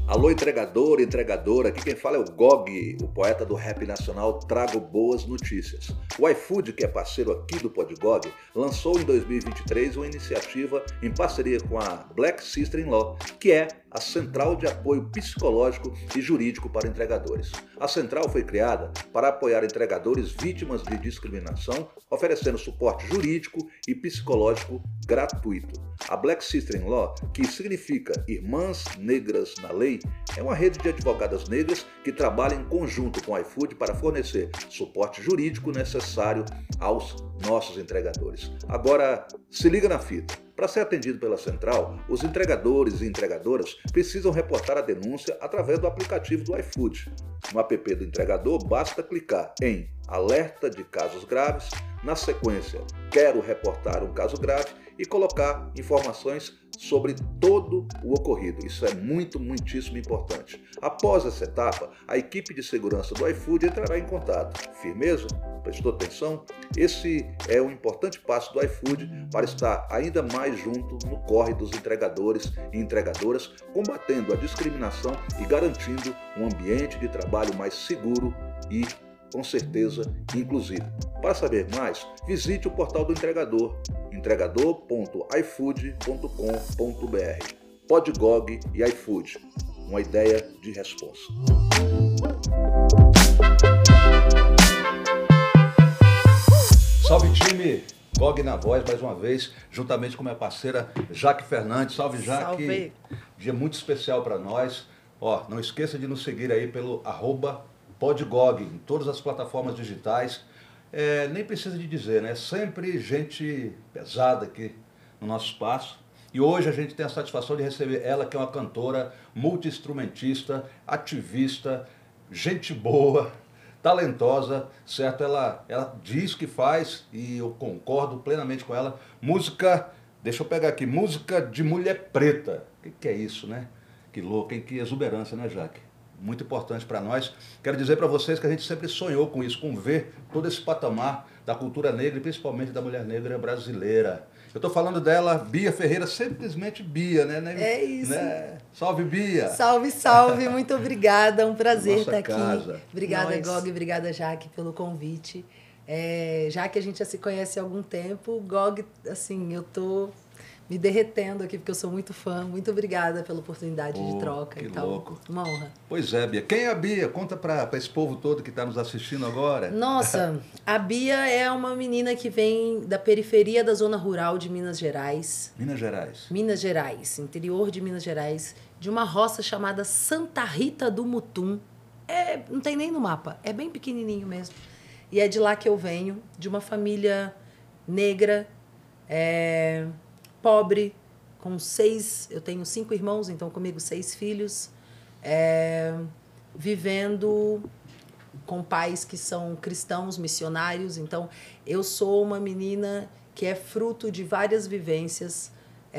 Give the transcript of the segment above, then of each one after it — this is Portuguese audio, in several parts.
Alô, entregador, entregadora, aqui quem fala é o Gog, o poeta do rap nacional Trago Boas Notícias. O iFood, que é parceiro aqui do Podgog, lançou em 2023 uma iniciativa em parceria com a Black Sister-in-Law, que é a Central de Apoio Psicológico e Jurídico para Entregadores. A central foi criada para apoiar entregadores vítimas de discriminação, oferecendo suporte jurídico e psicológico gratuito. A Black Sister-in-Law, que significa Irmãs Negras na Lei, é uma rede de advogadas negras que trabalha em conjunto com o iFood para fornecer suporte jurídico necessário aos nossos entregadores. Agora, se liga na fita. Para ser atendido pela central, os entregadores e entregadoras precisam reportar a denúncia através do aplicativo do iFood. No app do entregador, basta clicar em Alerta de Casos Graves, na sequência Quero reportar um caso grave e colocar informações sobre todo o ocorrido. Isso é muitíssimo importante. Após essa etapa, a equipe de segurança do iFood entrará em contato. Firmeza? Prestou atenção? Esse é um importante passo do iFood para estar ainda mais junto no corre dos entregadores e entregadoras, combatendo a discriminação e garantindo um ambiente de trabalho mais seguro e, com certeza, inclusivo. Para saber mais, visite o portal do entregador, entregador.ifood.com.br. Podgog e iFood, uma ideia de responsa. Salve, time! Gog na voz, mais uma vez, juntamente com minha parceira Jaque Fernandes. Salve, Jaque! Salve! Dia muito especial para nós. Não esqueça de nos seguir aí pelo @Podgog em todas as plataformas digitais. Nem precisa de dizer, né? Sempre gente pesada aqui no nosso espaço. E hoje a gente tem a satisfação de receber ela, que é uma cantora, multi-instrumentista, ativista, gente boa, talentosa, certo? Ela diz que faz, e eu concordo plenamente com ela, música, deixa eu pegar aqui, música de mulher preta. O que é isso, né? Que louco, hein? Que exuberância, né, Jaque? Muito importante para nós. Quero dizer para vocês que a gente sempre sonhou com isso, com ver todo esse patamar da cultura negra e principalmente da mulher negra brasileira. Eu estou falando dela, Bia Ferreira, simplesmente Bia, né? É isso. Né? Salve, Bia! Salve, salve! Muito obrigada, um prazer Nossa estar aqui. casa. Obrigada, Nós. Gog, obrigada, Jaque, pelo convite. Já que a gente já se conhece há algum tempo, Gog, assim, eu tô me derretendo aqui, porque eu sou muito fã. Muito obrigada pela oportunidade de troca que e tal. louco. Uma honra. Pois é, Bia. Quem é a Bia? Conta para esse povo todo que está nos assistindo agora. Nossa, a Bia é uma menina que vem da periferia da zona rural de Minas Gerais. Minas Gerais. Minas Gerais, interior de Minas Gerais, de uma roça chamada Santa Rita do Mutum. Não tem nem no mapa, é bem pequenininho mesmo. E é de lá que eu venho, de uma família negra, pobre, eu tenho 5 irmãos, então comigo 6 filhos, vivendo com pais que são cristãos, missionários. Então, eu sou uma menina que é fruto de várias vivências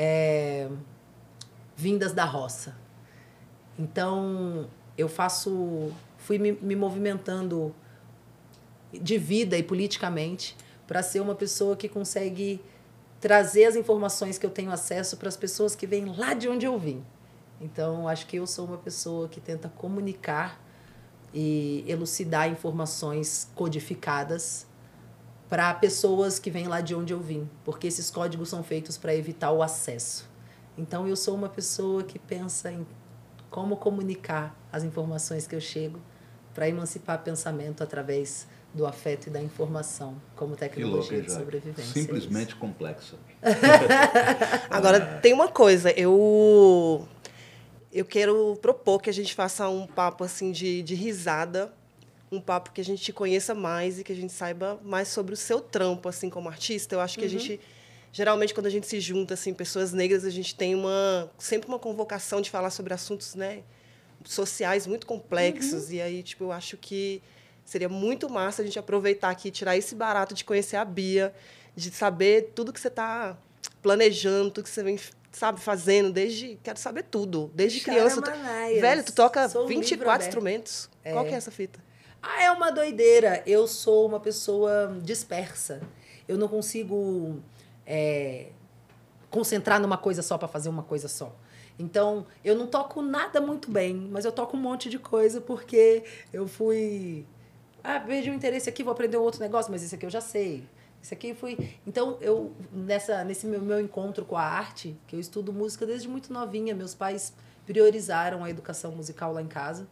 vindas da roça. Então, fui me movimentando de vida e politicamente para ser uma pessoa que consegue trazer as informações que eu tenho acesso para as pessoas que vêm lá de onde eu vim. Então, acho que eu sou uma pessoa que tenta comunicar e elucidar informações codificadas para pessoas que vêm lá de onde eu vim, porque esses códigos são feitos para evitar o acesso. Então, eu sou uma pessoa que pensa em como comunicar as informações que eu chego para emancipar pensamento através do afeto e da informação, como tecnologia de sobrevivência. Simplesmente complexa. Agora, tem uma coisa, eu quero propor que a gente faça um papo assim de risada, um papo que a gente te conheça mais e que a gente saiba mais sobre o seu trampo assim como artista. Eu acho que a gente, geralmente, quando a gente se junta, assim, pessoas negras, a gente tem sempre uma convocação de falar sobre assuntos, né, sociais muito complexos. E aí, eu acho que seria muito massa a gente aproveitar aqui, tirar esse barato de conhecer a Bia, de saber tudo que você está planejando, tudo que você vem, sabe, fazendo, quero saber tudo, desde criança. Velho, tu toca 24 instrumentos. Qual que é essa fita? É uma doideira. Eu sou uma pessoa dispersa. Eu não consigo concentrar numa coisa só para fazer uma coisa só. Então, eu não toco nada muito bem, mas eu toco um monte de coisa porque eu fui... vejo um interesse aqui, vou aprender um outro negócio, mas esse aqui eu já sei. Esse aqui fui... Então, nesse meu encontro com a arte, que eu estudo música desde muito novinha, meus pais priorizaram a educação musical lá em casa.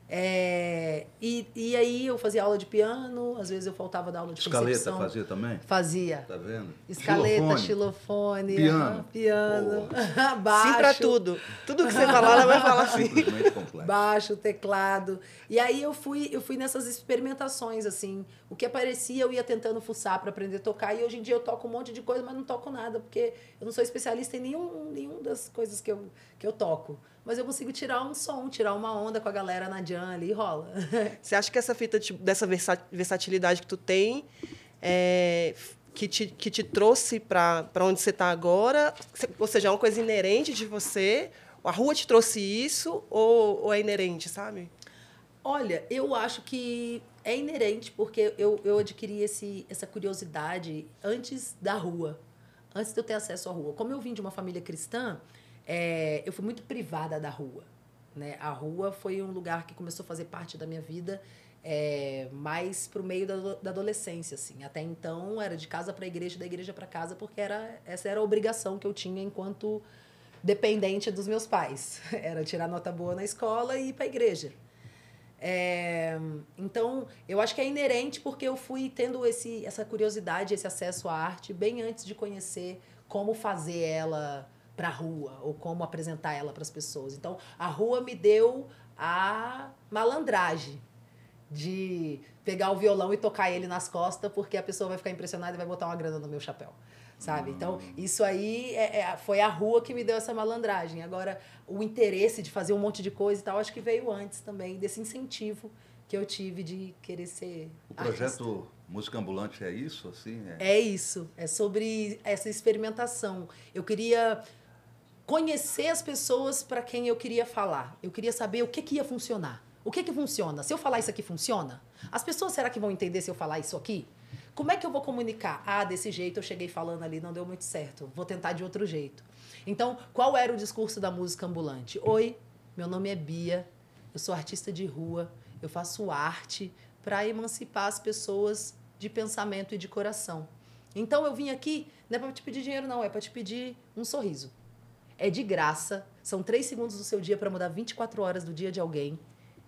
E aí eu fazia aula de piano, às vezes eu faltava da aula de escaleta percepção. fazia também? Fazia. Tá vendo? Escaleta, xilofone, piano, baixo. Sim pra tudo. Tudo que você falar, ela vai falar assim. Simplesmente complexo. Baixo, teclado. E aí eu fui nessas experimentações, assim. O que aparecia eu ia tentando fuçar para aprender a tocar. E hoje em dia eu toco um monte de coisa, mas não toco nada, porque eu não sou especialista em nenhum das coisas que eu toco. Mas eu consigo tirar um som, tirar uma onda com a galera na jam ali e rola. Você acha que essa fita, tipo, dessa versatilidade que tu tem, que te trouxe para onde você está agora, ou seja, é uma coisa inerente de você, a rua te trouxe isso, ou é inerente, sabe? Olha, eu acho que é inerente, porque eu adquiri essa curiosidade antes da rua, antes de eu ter acesso à rua. Como eu vim de uma família cristã, eu fui muito privada da rua, né? A rua foi um lugar que começou a fazer parte da minha vida mais pro meio da adolescência, assim. Até então era de casa para a igreja, da igreja para casa, porque essa era a obrigação que eu tinha enquanto dependente dos meus pais. Era tirar nota boa na escola e ir para a igreja. Então, eu acho que é inerente porque eu fui tendo essa curiosidade, esse acesso à arte bem antes de conhecer como fazer ela para a rua ou como apresentar ela para as pessoas. Então, a rua me deu a malandragem de pegar o violão e tocar ele nas costas porque a pessoa vai ficar impressionada e vai botar uma grana no meu chapéu, sabe? Então, isso aí foi a rua que me deu essa malandragem. Agora, o interesse de fazer um monte de coisa e tal, acho que veio antes também, desse incentivo que eu tive de querer ser O projeto Música Ambulante é isso? Assim, É isso. É sobre essa experimentação. Eu queria conhecer as pessoas para quem eu queria falar. Eu queria saber o que ia funcionar. O que funciona? Se eu falar isso aqui, funciona? As pessoas, será que vão entender se eu falar isso aqui? Como é que eu vou comunicar? Desse jeito eu cheguei falando ali, não deu muito certo. Vou tentar de outro jeito. Então, qual era o discurso da música ambulante? Oi, meu nome é Bia, eu sou artista de rua, eu faço arte para emancipar as pessoas de pensamento e de coração. Então, eu vim aqui, não é para te pedir dinheiro, não, é para te pedir um sorriso. É de graça, são 3 segundos do seu dia para mudar 24 horas do dia de alguém.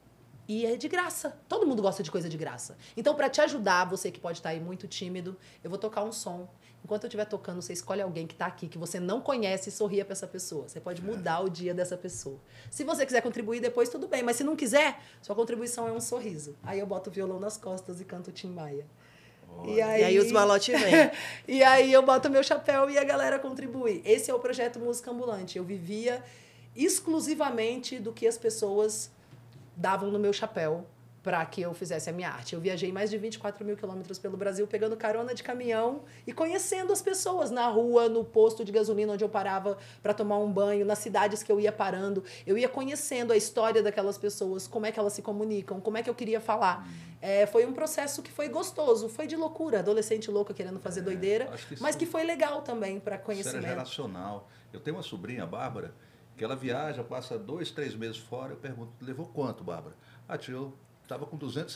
E é de graça. Todo mundo gosta de coisa de graça. Então, para te ajudar, você que pode estar aí muito tímido, eu vou tocar um som. Enquanto eu estiver tocando, você escolhe alguém que está aqui, que você não conhece, e sorria para essa pessoa. Você pode mudar o dia dessa pessoa. Se você quiser contribuir depois, tudo bem. Mas se não quiser, sua contribuição é um sorriso. Aí eu boto o violão nas costas e canto Tim Maia. E aí os malotes vêm. E aí eu boto meu chapéu e a galera contribui. Esse é o projeto Música Ambulante. Eu vivia exclusivamente do que as pessoas davam no meu chapéu para que eu fizesse a minha arte. Eu viajei mais de 24 mil quilômetros pelo Brasil, pegando carona de caminhão e conhecendo as pessoas na rua, no posto de gasolina onde eu parava para tomar um banho, nas cidades que eu ia parando. Eu ia conhecendo a história daquelas pessoas, como é que elas se comunicam, como é que eu queria falar. Foi um processo que foi gostoso, foi de loucura, adolescente louca querendo fazer doideira, mas que foi legal também para conhecimento. Isso era geracional. Eu tenho uma sobrinha, Bárbara, que ela viaja, passa 2, 3 meses fora, eu pergunto, levou quanto, Bárbara? Tio, estava com R$200.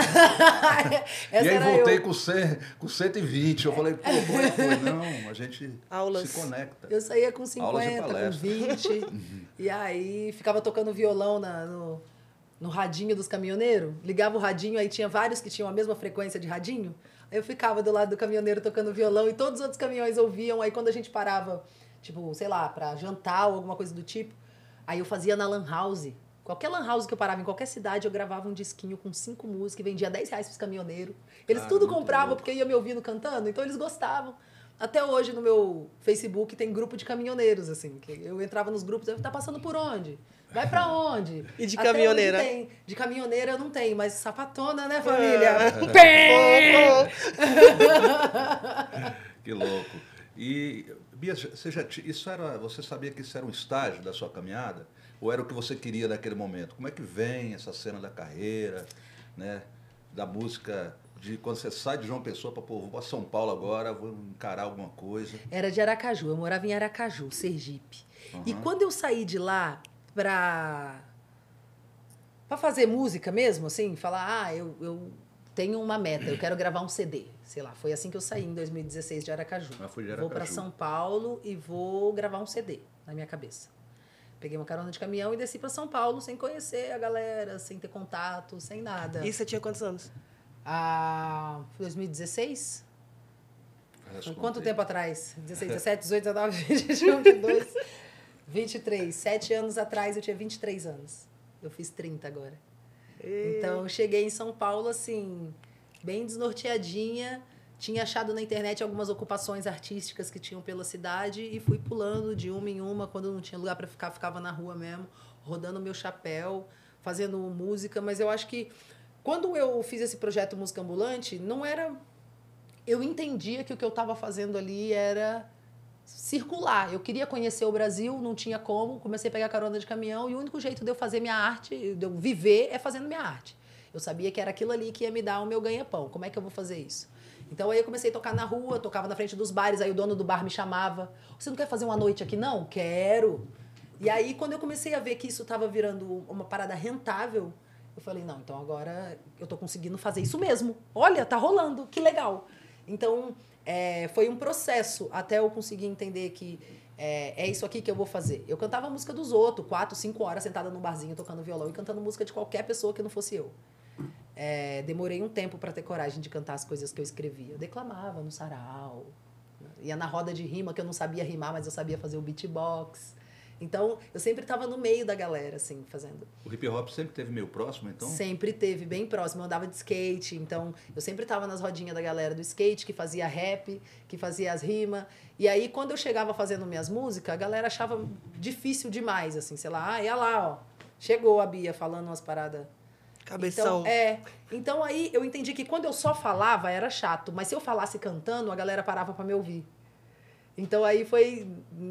E aí voltei com 120. Eu falei, como é que foi? Não, a gente se conecta. Eu saía com 50, com 20. E aí ficava tocando violão no radinho dos caminhoneiros. Ligava o radinho, aí tinha vários que tinham a mesma frequência de radinho. Aí eu ficava do lado do caminhoneiro tocando violão e todos os outros caminhões ouviam. Aí quando a gente parava, tipo, sei lá, para jantar ou alguma coisa do tipo, aí eu fazia na lan house. Qualquer lan house que eu parava em qualquer cidade, eu gravava um disquinho com 5 músicas e vendia R$10 pros caminhoneiros. Eles tudo compravam porque ia me ouvindo cantando, então eles gostavam. Até hoje no meu Facebook tem grupo de caminhoneiros, assim, que eu entrava nos grupos, tá passando por onde? Vai pra onde? E de caminhoneira? De caminhoneira eu não tenho, mas sapatona, né, família? Que louco. E, Bia, você sabia que isso era um estágio da sua caminhada? Ou era o que você queria naquele momento? Como é que vem essa cena da carreira, né, da música, de quando você sai de João Pessoa para vou para São Paulo agora, vou encarar alguma coisa? Era de Aracaju, eu morava em Aracaju, Sergipe. E quando eu saí de lá pra fazer música mesmo, assim, falar, eu tenho uma meta, eu quero gravar um CD. Sei lá, foi assim que eu saí em 2016 de Aracaju. Foi de Aracaju. Vou para São Paulo e vou gravar um CD na minha cabeça. Peguei uma carona de caminhão e desci para São Paulo sem conhecer a galera, sem ter contato, sem nada. E você tinha quantos anos? 2016? Foi quanto tempo atrás? 16, 17, 18, 19, 20, 21, 22, 23. 7 anos atrás eu tinha 23 anos. Eu fiz 30 agora. Então, eu cheguei em São Paulo, assim, bem desnorteadinha. Tinha achado na internet algumas ocupações artísticas que tinham pela cidade e fui pulando de uma em uma. Quando não tinha lugar para ficar, ficava na rua mesmo, rodando meu chapéu, fazendo música. Mas eu acho que quando eu fiz esse projeto Música Ambulante, não era... Eu entendia que o que eu estava fazendo ali era circular. Eu queria conhecer o Brasil, não tinha como. Comecei a pegar carona de caminhão e o único jeito de eu fazer minha arte, de eu viver, é fazendo minha arte. Eu sabia que era aquilo ali que ia me dar o meu ganha-pão. Como é que eu vou fazer isso? Então, aí eu comecei a tocar na rua, tocava na frente dos bares, aí o dono do bar me chamava. Você não quer fazer uma noite aqui, não? Quero! E aí, quando eu comecei a ver que isso estava virando uma parada rentável, eu falei, não, então agora eu tô conseguindo fazer isso mesmo. Olha, tá rolando, que legal! Então, foi um processo até eu conseguir entender que é isso aqui que eu vou fazer. Eu cantava a música dos outros, 4, 5 horas sentada num barzinho, tocando violão e cantando música de qualquer pessoa que não fosse eu. Demorei um tempo para ter coragem de cantar as coisas que eu escrevia. Eu declamava no sarau, ia na roda de rima, que eu não sabia rimar, mas eu sabia fazer o beatbox. Então, eu sempre estava no meio da galera, assim, fazendo. O hip hop sempre teve meio próximo, então? Sempre teve, bem próximo. Eu andava de skate, então eu sempre estava nas rodinhas da galera do skate, que fazia rap, que fazia as rimas. E aí, quando eu chegava fazendo minhas músicas, a galera achava difícil demais, assim, sei lá, ia lá, ó, chegou a Bia falando umas paradas. Cabeção. Então aí eu entendi que quando eu só falava era chato, mas se eu falasse cantando, a galera parava para me ouvir. Então aí foi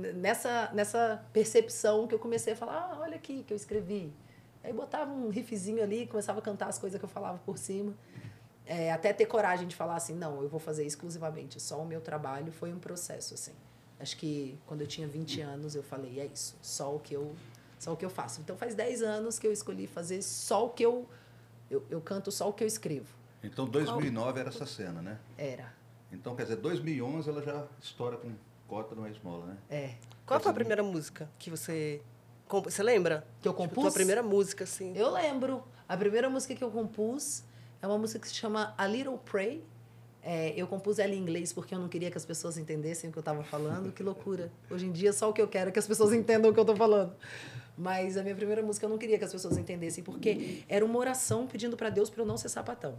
nessa percepção que eu comecei a falar, olha aqui que eu escrevi. Aí botava um riffzinho ali, começava a cantar as coisas que eu falava por cima. Até ter coragem de falar assim, não, eu vou fazer exclusivamente só o meu trabalho, foi um processo, assim. Acho que quando eu tinha 20 anos eu falei, é isso, só o que eu faço. Então faz 10 anos que eu escolhi fazer só o que eu canto só o que eu escrevo. Então 2009 era essa cena, né? Era. Então, quer dizer, 2011 ela já estoura com Cota Não É Esmola, né? Qual foi a primeira música que você... Você lembra? Que eu compus? Tipo, tua primeira música, assim. Eu lembro. A primeira música que eu compus é uma música que se chama A Little Pray. Eu compus ela em inglês porque eu não queria que as pessoas entendessem o que eu estava falando. Que loucura. Hoje em dia, só o que eu quero é que as pessoas entendam o que eu estou falando. Mas a minha primeira música eu não queria que as pessoas entendessem, porque era uma oração pedindo para Deus para eu não ser sapatão.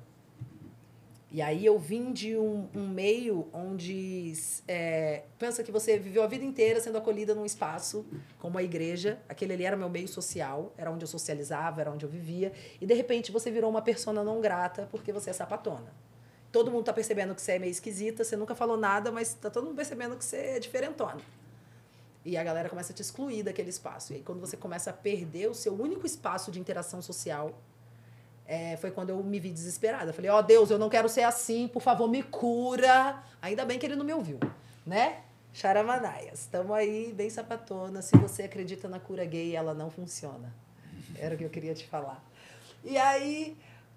E aí eu vim de um meio onde... pensa que você viveu a vida inteira sendo acolhida num espaço como a igreja. Aquele ali era meu meio social, era onde eu socializava, era onde eu vivia. E, de repente, você virou uma persona não grata porque você é sapatona. Todo mundo tá percebendo que você é meio esquisita, você nunca falou nada, mas tá todo mundo percebendo que você é diferentona. E a galera começa a te excluir daquele espaço. E aí, quando você começa a perder o seu único espaço de interação social... foi quando eu me vi desesperada. Eu falei, Deus, eu não quero ser assim, por favor, me cura. Ainda bem que ele não me ouviu, né? Charamanaias. Estamos aí, bem sapatona. Se você acredita na cura gay, ela não funciona. Era o que eu queria te falar. E aí,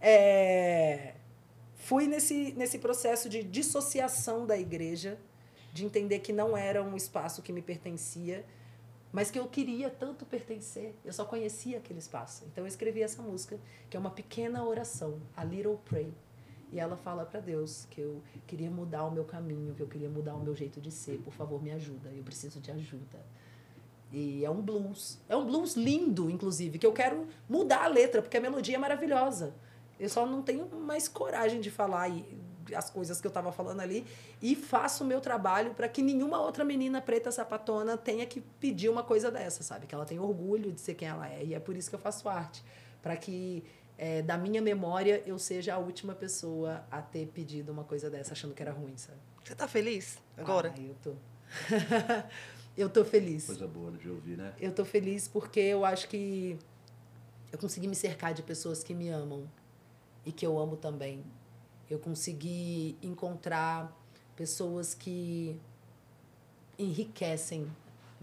fui nesse processo de dissociação da igreja, de entender que não era um espaço que me pertencia, mas que eu queria tanto pertencer. Eu só conhecia aquele espaço. Então eu escrevi essa música, que é uma pequena oração, A Little Pray. E ela fala para Deus que eu queria mudar o meu caminho, que eu queria mudar o meu jeito de ser. Por favor, me ajuda. Eu preciso de ajuda. E é um blues. É um blues lindo, inclusive, que eu quero mudar a letra, porque a melodia é maravilhosa. Eu só não tenho mais coragem de falar as coisas que eu estava falando ali, e faço o meu trabalho para que nenhuma outra menina preta sapatona tenha que pedir uma coisa dessa, sabe? Que ela tenha orgulho de ser quem ela é. E é por isso que eu faço arte. Para que, da minha memória, eu seja a última pessoa a ter pedido uma coisa dessa, achando que era ruim, sabe? Você tá feliz agora? Eu tô. Eu tô feliz. Coisa boa de ouvir, né? Eu tô feliz porque eu acho que eu consegui me cercar de pessoas que me amam e que eu amo também. Eu consegui encontrar pessoas que enriquecem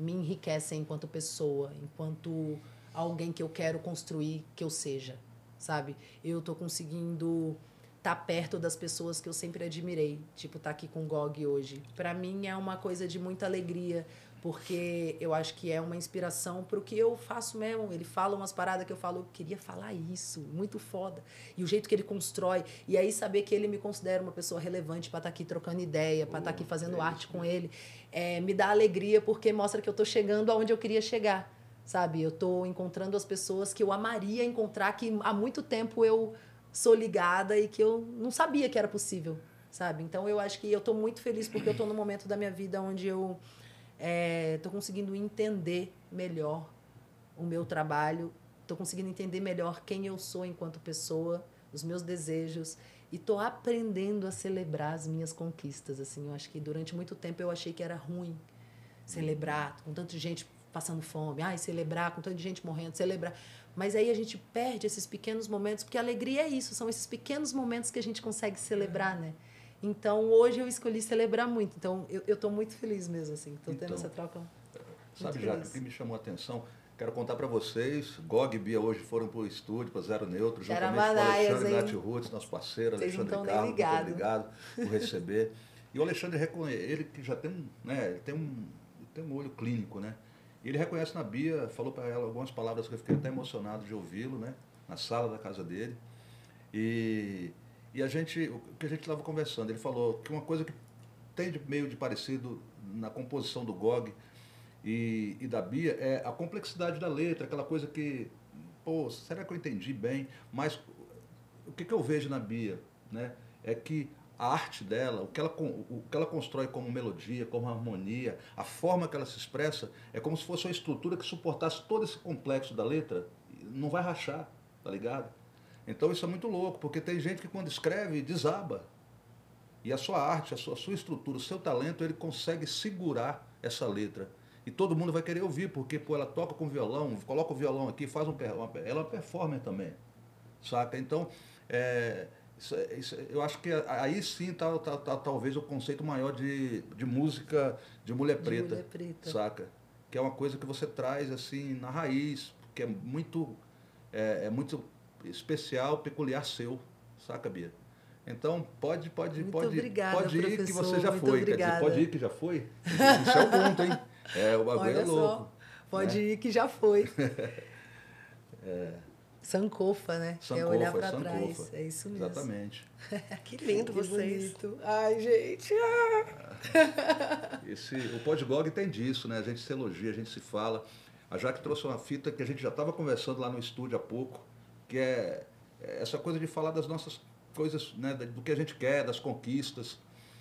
me enriquecem enquanto pessoa, enquanto alguém que eu quero construir que eu seja, sabe? Eu tô conseguindo estar perto das pessoas que eu sempre admirei, tipo, tá aqui com o Gog hoje. Para mim é uma coisa de muita alegria, porque eu acho que é uma inspiração pro que eu faço mesmo. Ele fala umas paradas que eu falo, eu queria falar isso, muito foda. E o jeito que ele constrói, e aí saber que ele me considera uma pessoa relevante para estar aqui trocando ideia, para estar aqui fazendo arte com ele, me dá alegria porque mostra que eu tô chegando aonde eu queria chegar, sabe? Eu tô encontrando as pessoas que eu amaria encontrar, que há muito tempo eu sou ligada e que eu não sabia que era possível, sabe? Então eu acho que eu tô muito feliz porque eu tô num momento da minha vida onde eu tô conseguindo entender melhor o meu trabalho, tô conseguindo entender melhor quem eu sou enquanto pessoa, os meus desejos, e tô aprendendo a celebrar as minhas conquistas, assim. Eu acho que durante muito tempo eu achei que era ruim celebrar com tanta gente passando fome, celebrar com tanta gente morrendo, celebrar. Mas aí a gente perde esses pequenos momentos, porque a alegria é isso, são esses pequenos momentos que a gente consegue celebrar, né? Então, hoje eu escolhi celebrar muito. Então, eu tô muito feliz mesmo, assim. Tô tendo essa troca. Sabe, Jaque, o que me chamou a atenção, quero contar para vocês, Gog e Bia hoje foram para o estúdio, para Zero Neutro, juntamente com o Alexandre Nath Roots, nosso parceiro, Alexandre Carlos, muito obrigado por receber. E o Alexandre ele que já tem um olho clínico, né? E ele reconhece na Bia, falou para ela algumas palavras que eu fiquei até emocionado de ouvi-lo, né? Na sala da casa dele. E o que a gente estava conversando, ele falou que uma coisa que tem meio de parecido na composição do Gog e da Bia é a complexidade da letra, aquela coisa que, pô, será que eu entendi bem? Mas o que eu vejo na Bia, né, é que a arte dela, o que ela constrói como melodia, como harmonia, a forma que ela se expressa, é como se fosse uma estrutura que suportasse todo esse complexo da letra, não vai rachar, tá ligado? Então isso é muito louco, porque tem gente que quando escreve desaba. E a sua arte, a sua estrutura, o seu talento, ele consegue segurar essa letra. E todo mundo vai querer ouvir, porque pô, ela toca com violão, coloca o violão aqui, ela é uma performer também, saca? Então, eu acho que aí sim tá talvez o conceito maior de música de mulher preta, saca? Que é uma coisa que você traz assim na raiz, que é muito especial, peculiar seu, saca, Bia? Então, pode ir que você já foi. Quer dizer, pode ir que já foi? Isso é o ponto, hein? O bagulho é louco. Pode ir que já foi. Sankofa, né? Sankofa, é olhar para trás. É isso mesmo. Exatamente. Que lindo vocês. Bonito. Ai, gente. O Podgog tem disso, né? A gente se elogia, a gente se fala. A Jaque trouxe uma fita que a gente já estava conversando lá no estúdio há pouco, que é essa coisa de falar das nossas coisas, né, do que a gente quer, das conquistas.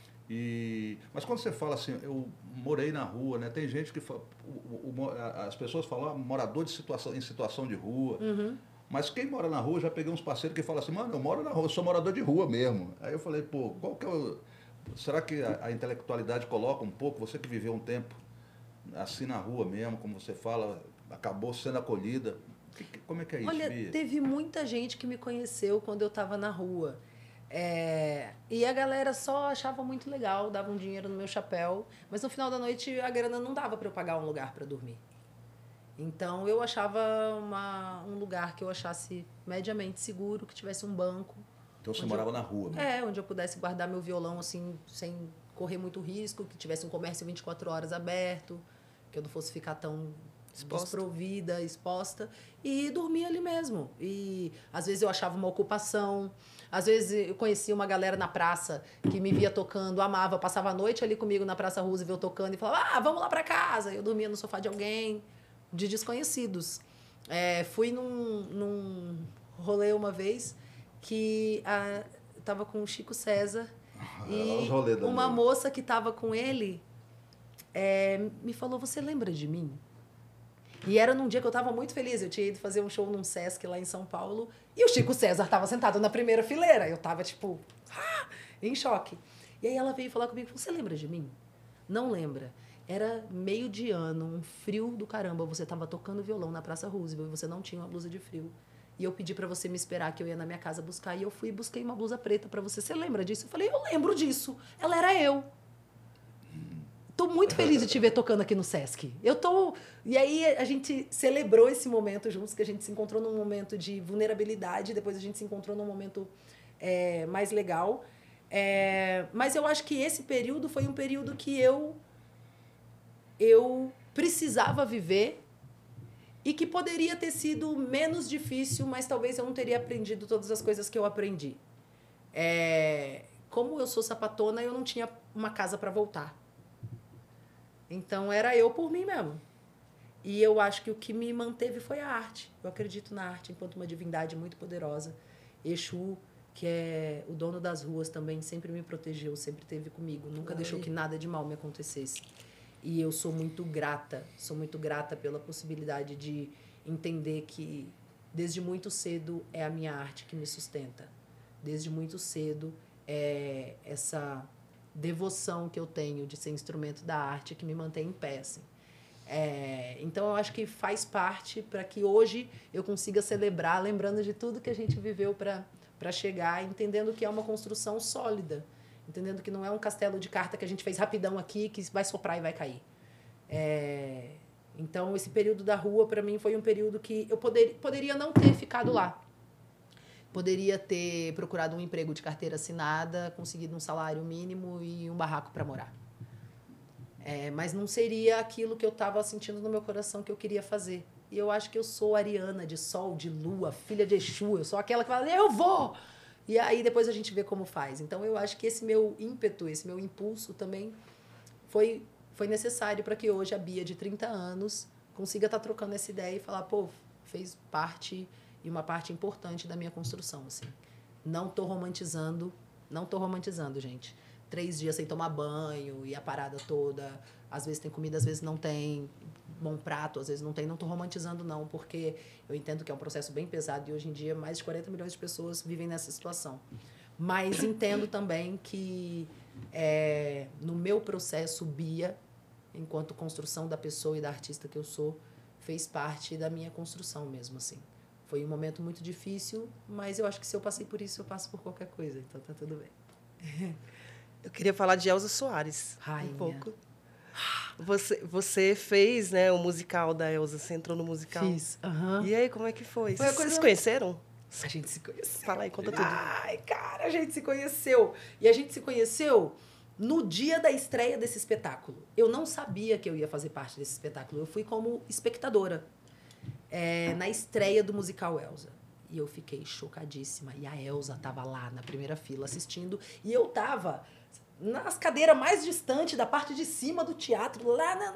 Mas quando você fala assim, eu morei na rua, né? Tem gente que fala, as pessoas falam morador em situação de rua. Uhum. Mas quem mora na rua, já peguei uns parceiros que falam assim, mano, eu moro na rua, eu sou morador de rua mesmo. Aí eu falei, pô, qual que é será que a intelectualidade coloca um pouco, você que viveu um tempo assim na rua mesmo, como você fala, acabou sendo acolhida? Como é que é isso, Olha, Bia? teve muita gente que me conheceu quando eu estava na rua. E a galera só achava muito legal, dava um dinheiro no meu chapéu, mas no final da noite a grana não dava para eu pagar um lugar para dormir. Então eu achava um lugar que eu achasse mediamente seguro, que tivesse um banco. Então você morava na rua, né? Onde eu pudesse guardar meu violão assim, sem correr muito risco, que tivesse um comércio 24 horas aberto, que eu não fosse ficar tão desprovida, exposta, e dormia ali mesmo. E às vezes eu achava uma ocupação, às vezes eu conhecia uma galera na praça que me via tocando, amava, passava a noite ali comigo na Praça Roosevelt tocando e falava, vamos lá para casa. Eu dormia no sofá de alguém, de desconhecidos. Fui num rolê uma vez que tava com o Chico César e uma moça que tava com ele me falou, você lembra de mim? E era num dia que eu estava muito feliz. Eu tinha ido fazer um show num Sesc lá em São Paulo e o Chico César estava sentado na primeira fileira. Eu estava, tipo, em choque. E aí ela veio falar comigo, você lembra de mim? Não lembra. Era meio de ano, um frio do caramba. Você estava tocando violão na Praça Roosevelt e você não tinha uma blusa de frio. E eu pedi para você me esperar, que eu ia na minha casa buscar. E eu fui e busquei uma blusa preta para você. Você lembra disso? Eu falei, eu lembro disso. Ela era eu. Tô muito feliz de te ver tocando aqui no Sesc. E aí a gente celebrou esse momento juntos, que a gente se encontrou num momento de vulnerabilidade, depois a gente se encontrou num momento mais legal. Mas eu acho que esse período foi um período que eu precisava viver e que poderia ter sido menos difícil, mas talvez eu não teria aprendido todas as coisas que eu aprendi. Como eu sou sapatona, eu não tinha uma casa para voltar. Então, era eu por mim mesmo. E eu acho que o que me manteve foi a arte. Eu acredito na arte enquanto uma divindade muito poderosa. Exu, que é o dono das ruas também, sempre me protegeu, sempre esteve comigo. Nunca deixou que nada de mal me acontecesse. E eu sou muito grata pela possibilidade de entender que, desde muito cedo, é a minha arte que me sustenta. Desde muito cedo, é essa devoção que eu tenho de ser instrumento da arte que me mantém em pé, assim. Então, eu acho que faz parte para que hoje eu consiga celebrar, lembrando de tudo que a gente viveu para chegar, entendendo que é uma construção sólida, entendendo que não é um castelo de carta que a gente fez rapidão aqui, que vai soprar e vai cair. Então, esse período da rua, para mim, foi um período que eu poderia não ter ficado lá. Poderia ter procurado um emprego de carteira assinada, conseguido um salário mínimo e um barraco para morar. Mas não seria aquilo que eu estava sentindo no meu coração que eu queria fazer. E eu acho que eu sou ariana, de sol, de lua, filha de Exu. Eu sou aquela que fala, eu vou! E aí depois a gente vê como faz. Então eu acho que esse meu ímpeto, esse meu impulso também foi necessário para que hoje a Bia, de 30 anos, consiga estar trocando essa ideia e falar, pô, fez parte... e uma parte importante da minha construção, assim. Não tô romantizando, gente. 3 dias sem tomar banho e a parada toda. Às vezes tem comida, às vezes não tem. Bom prato, às vezes não tem. Não tô romantizando, não, porque eu entendo que é um processo bem pesado e hoje em dia mais de 40 milhões de pessoas vivem nessa situação. Mas entendo também que no meu processo, Bia, enquanto construção da pessoa e da artista que eu sou, fez parte da minha construção mesmo, assim. Foi um momento muito difícil, mas eu acho que se eu passei por isso, eu passo por qualquer coisa. Então, tá tudo bem. Eu queria falar de Elza Soares. Rainha. Um pouco. Você fez, né, o musical da Elza. Você entrou no musical. Fiz. Uhum. E aí, como é que foi? Foi a Vocês coisa... se conheceram? A gente se conheceu. Fala aí, conta tudo. Ai, cara, a gente se conheceu. E a gente se conheceu no dia da estreia desse espetáculo. Eu não sabia que eu ia fazer parte desse espetáculo. Eu fui como espectadora. Na estreia do musical Elza. E eu fiquei chocadíssima. E a Elza estava lá na primeira fila assistindo. E eu estava nas cadeiras mais distantes da parte de cima do teatro, lá na...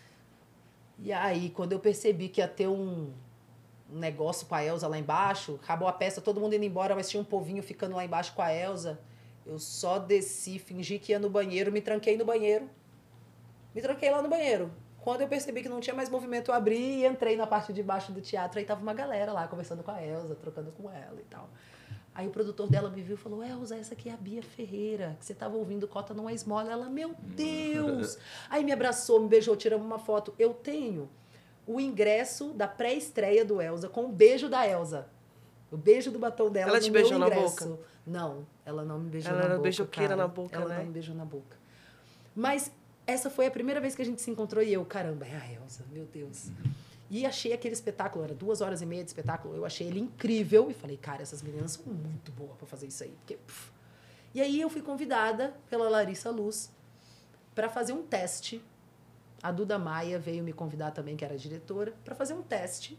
E aí, quando eu percebi que ia ter um negócio com a Elza lá embaixo, acabou a peça, todo mundo indo embora, mas tinha um povinho ficando lá embaixo com a Elza, eu só desci, fingi que ia no banheiro, me tranquei no banheiro. Me tranquei lá no banheiro. Quando eu percebi que não tinha mais movimento, eu abri e entrei na parte de baixo do teatro. Aí tava uma galera lá, conversando com a Elza, trocando com ela e tal. Aí o produtor dela me viu e falou, Elza, essa aqui é a Bia Ferreira, que você tava ouvindo Cota Não É Esmola. Ela, meu Deus! Aí me abraçou, me beijou, tiramos uma foto. Eu tenho o ingresso da pré-estreia do Elza com o beijo da Elza. O beijo do batom dela ela no te meu beijou ingresso. na boca? Não, ela não me beijou ela na boca. Ela era beijoqueira na boca, ela né? Ela não me beijou na boca. Mas... essa foi a primeira vez que a gente se encontrou e eu, caramba, é a Elza, meu Deus. E achei aquele espetáculo, era 2h30 de espetáculo, eu achei ele incrível e falei, cara, essas meninas são muito boas para fazer isso aí. Porque, E aí eu fui convidada pela Larissa Luz para fazer um teste. A Duda Maia veio me convidar também, que era a diretora, para fazer um teste.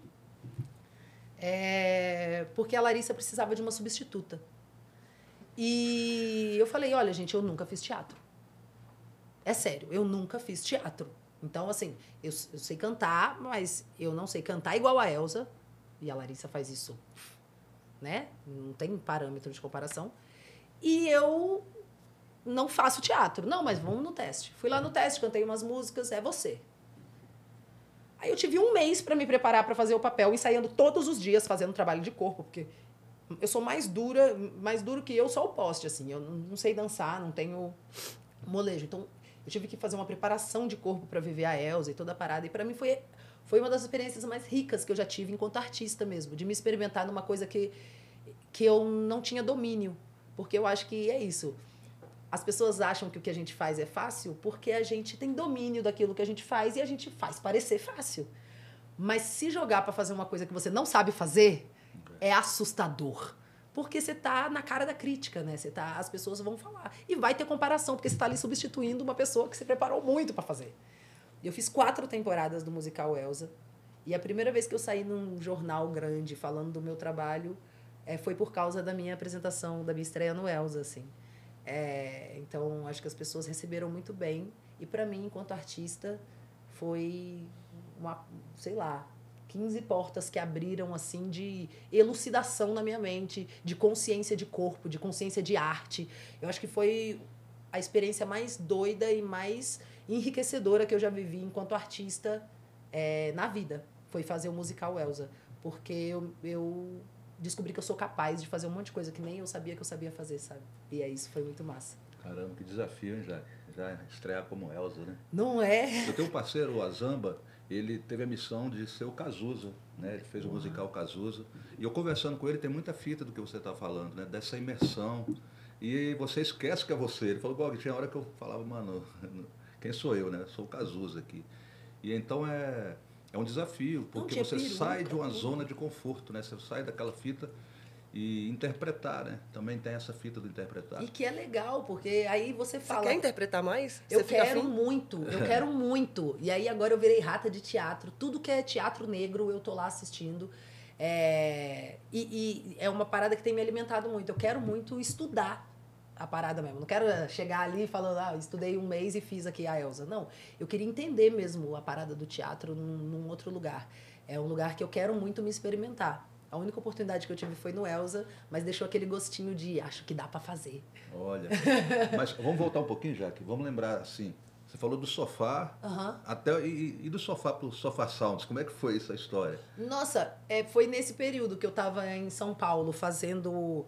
Porque a Larissa precisava de uma substituta. E eu falei, olha, gente, eu nunca fiz teatro. É sério, eu nunca fiz teatro. Então, assim, eu sei cantar, mas eu não sei cantar igual a Elza. E a Larissa faz isso, né? Não tem parâmetro de comparação. E eu não faço teatro. Não, mas vamos no teste. Fui lá no teste, cantei umas músicas, é você. Aí eu tive 1 mês para me preparar para fazer o papel, ensaiando todos os dias, fazendo trabalho de corpo, porque eu sou mais duro que eu, só o poste, assim. Eu não sei dançar, não tenho molejo. Então, eu tive que fazer uma preparação de corpo para viver a Elza e toda a parada. E para mim foi uma das experiências mais ricas que eu já tive enquanto artista mesmo, de me experimentar numa coisa que eu não tinha domínio. Porque eu acho que é isso. as pessoas acham que o que a gente faz é fácil porque a gente tem domínio daquilo que a gente faz e a gente faz parecer fácil. Mas se jogar para fazer uma coisa que você não sabe fazer, é assustador. Porque você tá na cara da crítica, né? As pessoas vão falar. E vai ter comparação, porque você tá ali substituindo uma pessoa que se preparou muito para fazer. Eu fiz 4 temporadas do musical Elsa. E a primeira vez que eu saí num jornal grande falando do meu trabalho foi por causa da minha apresentação, da minha estreia no Elsa, assim. Então, acho que as pessoas receberam muito bem. E, para mim, enquanto artista, foi, sei lá, 15 portas que abriram, assim, de elucidação na minha mente, de consciência de corpo, de consciência de arte. Eu acho que foi a experiência mais doida e mais enriquecedora que eu já vivi enquanto artista na vida. Foi fazer o musical Elsa. Porque eu descobri que eu sou capaz de fazer um monte de coisa que nem eu sabia que eu sabia fazer, sabe? E isso foi muito massa. Caramba, que desafio, hein, já estrear como Elsa, né? Não é? Eu tenho um parceiro, o Azamba, ele teve a missão de ser o Cazuza, né? Ele fez o musical Cazuza. E eu conversando com ele, tem muita fita do que você está falando, né? Dessa imersão. E você esquece que é você. Ele falou, Gog, tinha hora que eu falava, mano, quem sou eu, né? Sou o Cazuza aqui. E então é um desafio, porque você sai de uma zona de conforto, né? Você sai daquela fita e interpretar, né? Também tem essa fita do interpretar. E que é legal, porque aí você fala... Você quer interpretar mais? Eu quero muito. E aí agora eu virei rata de teatro. Tudo que é teatro negro, eu tô lá assistindo. E é uma parada que tem me alimentado muito. Eu quero muito estudar a parada mesmo. Não quero chegar ali falando, estudei um mês e fiz aqui a Elsa. Não, eu queria entender mesmo a parada do teatro num outro lugar. É um lugar que eu quero muito me experimentar. A única oportunidade que eu tive foi no Elsa, mas deixou aquele gostinho de acho que dá para fazer. Olha, mas vamos voltar um pouquinho, Jaque. Vamos lembrar, assim, você falou do sofá, e do sofá para o Sofá Sounds. Como é que foi essa história? Nossa, foi nesse período que eu estava em São Paulo fazendo...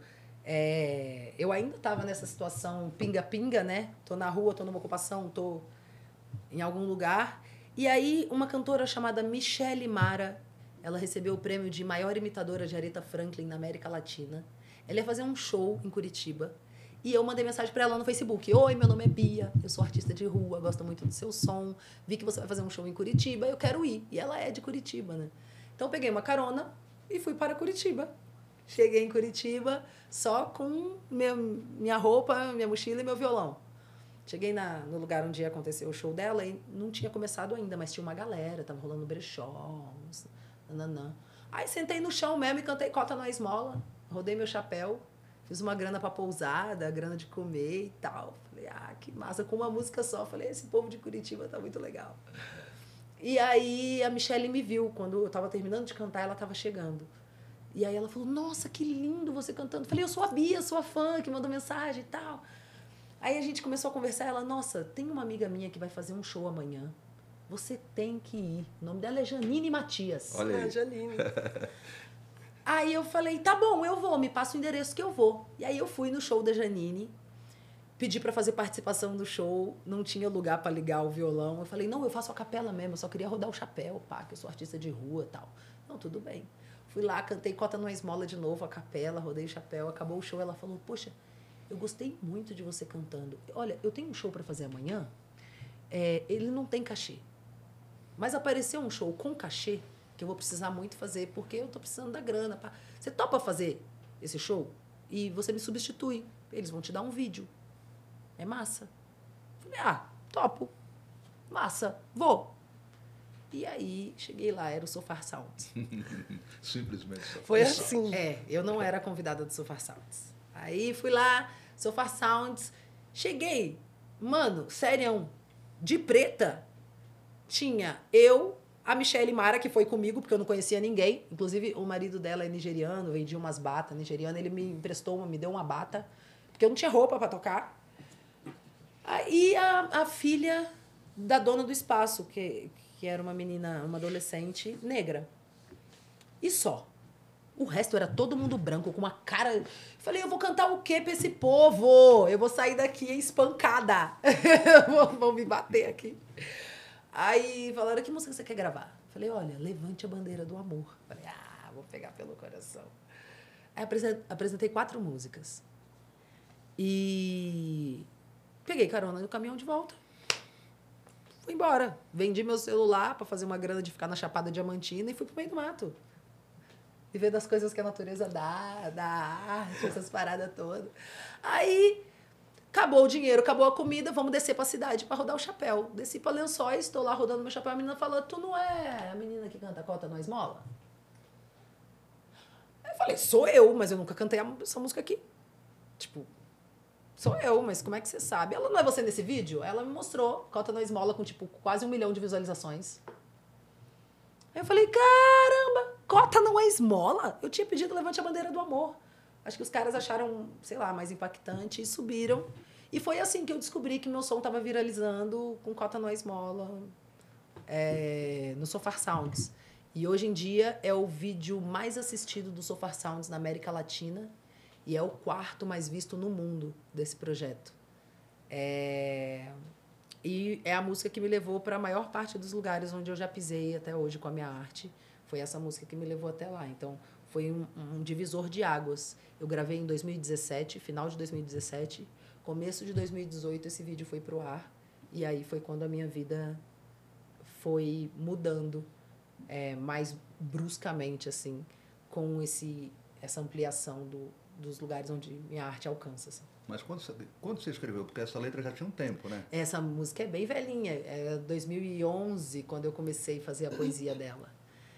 eu ainda estava nessa situação pinga-pinga, né? Tô na rua, tô numa ocupação, tô em algum lugar. E aí, uma cantora chamada Michele Mara, ela recebeu o prêmio de maior imitadora de Aretha Franklin na América Latina. Ela ia fazer um show em Curitiba. E eu mandei mensagem para ela no Facebook. Oi, meu nome é Bia, eu sou artista de rua, gosto muito do seu som. Vi que você vai fazer um show em Curitiba, eu quero ir. E ela é de Curitiba, né? Então, eu peguei uma carona e fui para Curitiba. Cheguei em Curitiba só com minha roupa, minha mochila e meu violão. Cheguei no lugar onde ia acontecer o show dela e não tinha começado ainda, mas tinha uma galera, tava rolando brechó, nananã. Aí sentei no chão mesmo e cantei Cota na Esmola, rodei meu chapéu, fiz uma grana pra pousada, grana de comer e tal. Falei, que massa, com uma música só. Falei, esse povo de Curitiba tá muito legal. E aí a Michele me viu, quando eu tava terminando de cantar, ela tava chegando. E aí ela falou, nossa, que lindo você cantando. Falei, eu sou a Bia, sou a fã, que mandou mensagem e tal. Aí a gente começou a conversar, ela, nossa, tem uma amiga minha que vai fazer um show amanhã. Você tem que ir. O nome dela é Janine Matias. Olha aí. Janine. Aí eu falei, tá bom, eu vou, me passa o endereço que eu vou. E aí eu fui no show da Janine, pedi para fazer participação do show, não tinha lugar para ligar o violão. Eu falei, não, eu faço a capela mesmo, eu só queria rodar o chapéu, pá, que eu sou artista de rua e tal. Não, tudo bem. Fui lá, cantei Cota numa Esmola de novo, a capela, rodei o chapéu, acabou o show. Ela falou, poxa, eu gostei muito de você cantando. Olha, eu tenho um show para fazer amanhã, ele não tem cachê. Mas apareceu um show com cachê, que eu vou precisar muito fazer, porque eu tô precisando da grana. Pá. Você topa fazer esse show? E você me substitui. Eles vão te dar um vídeo. É massa. Falei, topo. Massa, vou. E aí, cheguei lá, era o Sofá Sounds. Simplesmente Sofá. Foi assim. Eu não era convidada do Sofá Sounds. Aí, fui lá, Sofá Sounds. Cheguei, mano, sério, de preta, tinha eu, a Michele Mara, que foi comigo, porque eu não conhecia ninguém. Inclusive, o marido dela é nigeriano, vendia umas batas nigerianas. Ele me emprestou me deu uma bata, porque eu não tinha roupa para tocar. Aí, a filha da dona do espaço, que era uma menina, uma adolescente negra. E só. O resto era todo mundo branco, com uma cara... Falei, eu vou cantar o quê pra esse povo? Eu vou sair daqui espancada. Vão me bater aqui. Aí falaram, que música você quer gravar? Falei, olha, Levante a Bandeira do Amor. Falei, vou pegar pelo coração. Aí apresentei 4 músicas. E Peguei carona no caminhão de volta. Fui embora. Vendi meu celular para fazer uma grana de ficar na Chapada Diamantina e fui pro meio do mato. Viver das coisas que a natureza dá, da arte, essas paradas todas. Aí, acabou o dinheiro, acabou a comida, vamos descer pra cidade pra rodar o chapéu. Desci pra Lençóis, tô lá rodando meu chapéu, a menina falou, tu não é a menina que canta Cota na Esmola? Aí eu falei, sou eu, mas eu nunca cantei essa música aqui. Tipo, sou eu, mas como é que você sabe? Ela não é você nesse vídeo? Ela me mostrou Cota na Esmola com, tipo, quase 1 milhão de visualizações. Aí eu falei, caramba, Cota não é esmola? Eu tinha pedido Levante a Bandeira do Amor. Acho que os caras acharam, sei lá, mais impactante e subiram. E foi assim que eu descobri que meu som estava viralizando com Cota não é esmola no Sofar Sounds. E hoje em dia é o vídeo mais assistido do Sofar Sounds na América Latina e é o 4º mais visto no mundo desse projeto. E é a música que me levou para a maior parte dos lugares onde eu já pisei até hoje com a minha arte. Foi essa música que me levou até lá. Então, foi um divisor de águas. Eu gravei em 2017, final de 2017. Começo de 2018, esse vídeo foi pro ar. E aí foi quando a minha vida foi mudando mais bruscamente, assim, com essa ampliação dos lugares onde minha arte alcança, assim. Mas quando você escreveu? Porque essa letra já tinha um tempo, né? Essa música é bem velhinha. É 2011, quando eu comecei a fazer a poesia dela.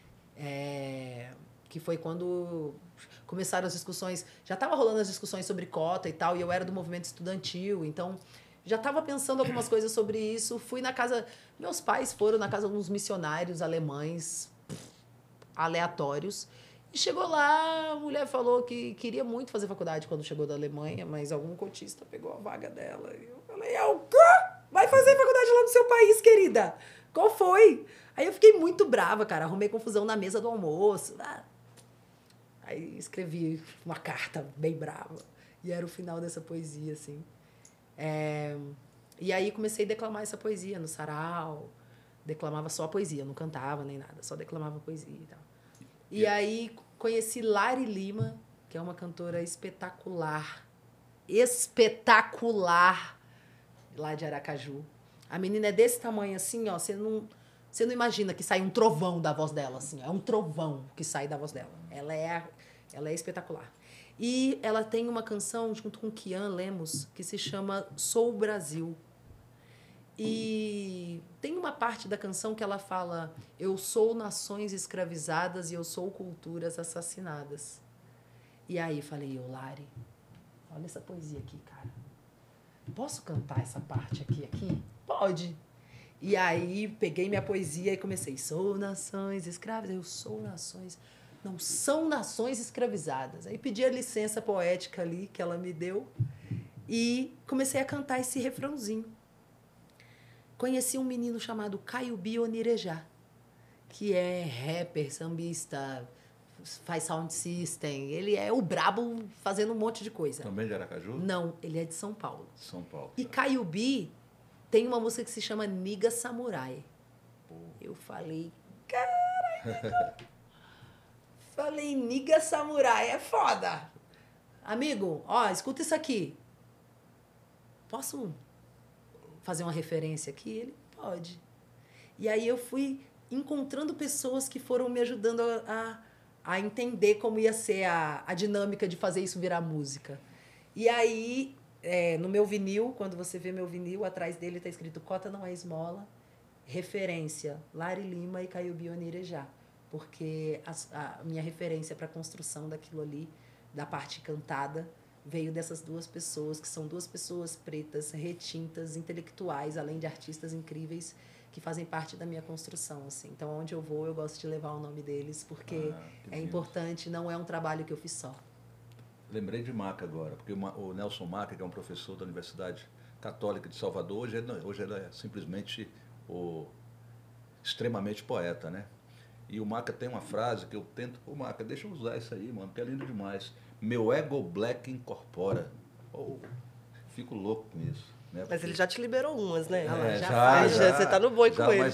Que foi quando começaram as discussões. Já estava rolando as discussões sobre cota e tal, e eu era do movimento estudantil, então já estava pensando algumas coisas sobre isso. Fui na casa... Meus pais foram na casa de uns missionários alemães aleatórios. E chegou lá, a mulher falou que queria muito fazer faculdade quando chegou da Alemanha, mas algum cotista pegou a vaga dela. E eu falei, o quê? Vai fazer faculdade lá no seu país, querida? Qual foi? Aí eu fiquei muito brava, cara. Arrumei confusão na mesa do almoço. Aí escrevi uma carta bem brava. E era o final dessa poesia, assim. E aí comecei a declamar essa poesia no sarau. Declamava só a poesia, não cantava nem nada. Só declamava poesia e tal. E aí conheci Lari Lima, que é uma cantora espetacular. Espetacular! Lá de Aracaju. A menina é desse tamanho assim, ó. Você não imagina que sai um trovão da voz dela, assim. É um trovão que sai da voz dela. Ela é espetacular. E ela tem uma canção junto com Kian Lemos que se chama Sou o Brasil. E tem uma parte da canção que ela fala: eu sou nações escravizadas e eu sou culturas assassinadas. E aí falei, Lari, olha essa poesia aqui, cara. Posso cantar essa parte aqui? Pode. E aí peguei minha poesia e comecei. Sou nações escravizadas, eu sou nações... Não, são nações escravizadas. Aí pedi a licença poética ali que ela me deu e comecei a cantar esse refrãozinho. Conheci um menino chamado Caiubi Onirejá, que é rapper, sambista, faz sound system. Ele é o brabo fazendo um monte de coisa. Também de Aracaju? Não, ele é de São Paulo. São Paulo. E Caiubi tem uma música que se chama Niga Samurai. Eu falei, caralho. Falei, Niga Samurai, é foda. Amigo, ó, escuta isso aqui. Posso fazer uma referência aqui? Ele, pode. E aí eu fui encontrando pessoas que foram me ajudando a entender como ia ser a dinâmica de fazer isso virar música. E aí, no meu vinil, quando você vê meu vinil, atrás dele está escrito Cota não é esmola, referência, Lari Lima e Caiubi Onirejá. Porque a minha referência para a construção daquilo ali, da parte cantada, veio dessas duas pessoas, que são duas pessoas pretas, retintas, intelectuais, além de artistas incríveis, que fazem parte da minha construção. Assim. Então, onde eu vou, eu gosto de levar o nome deles, porque é importante, não é um trabalho que eu fiz só. Lembrei de Maca agora, porque o Nelson Maca, que é um professor da Universidade Católica de Salvador, hoje ele é simplesmente extremamente poeta, né? E o Maca tem uma frase que eu tento... Ô, Maca, deixa eu usar isso aí, mano, que é lindo demais. Meu ego black incorpora. Fico louco com isso. Né? Porque... Mas ele já te liberou umas, né? Já. Você tá no boi com ele. Mas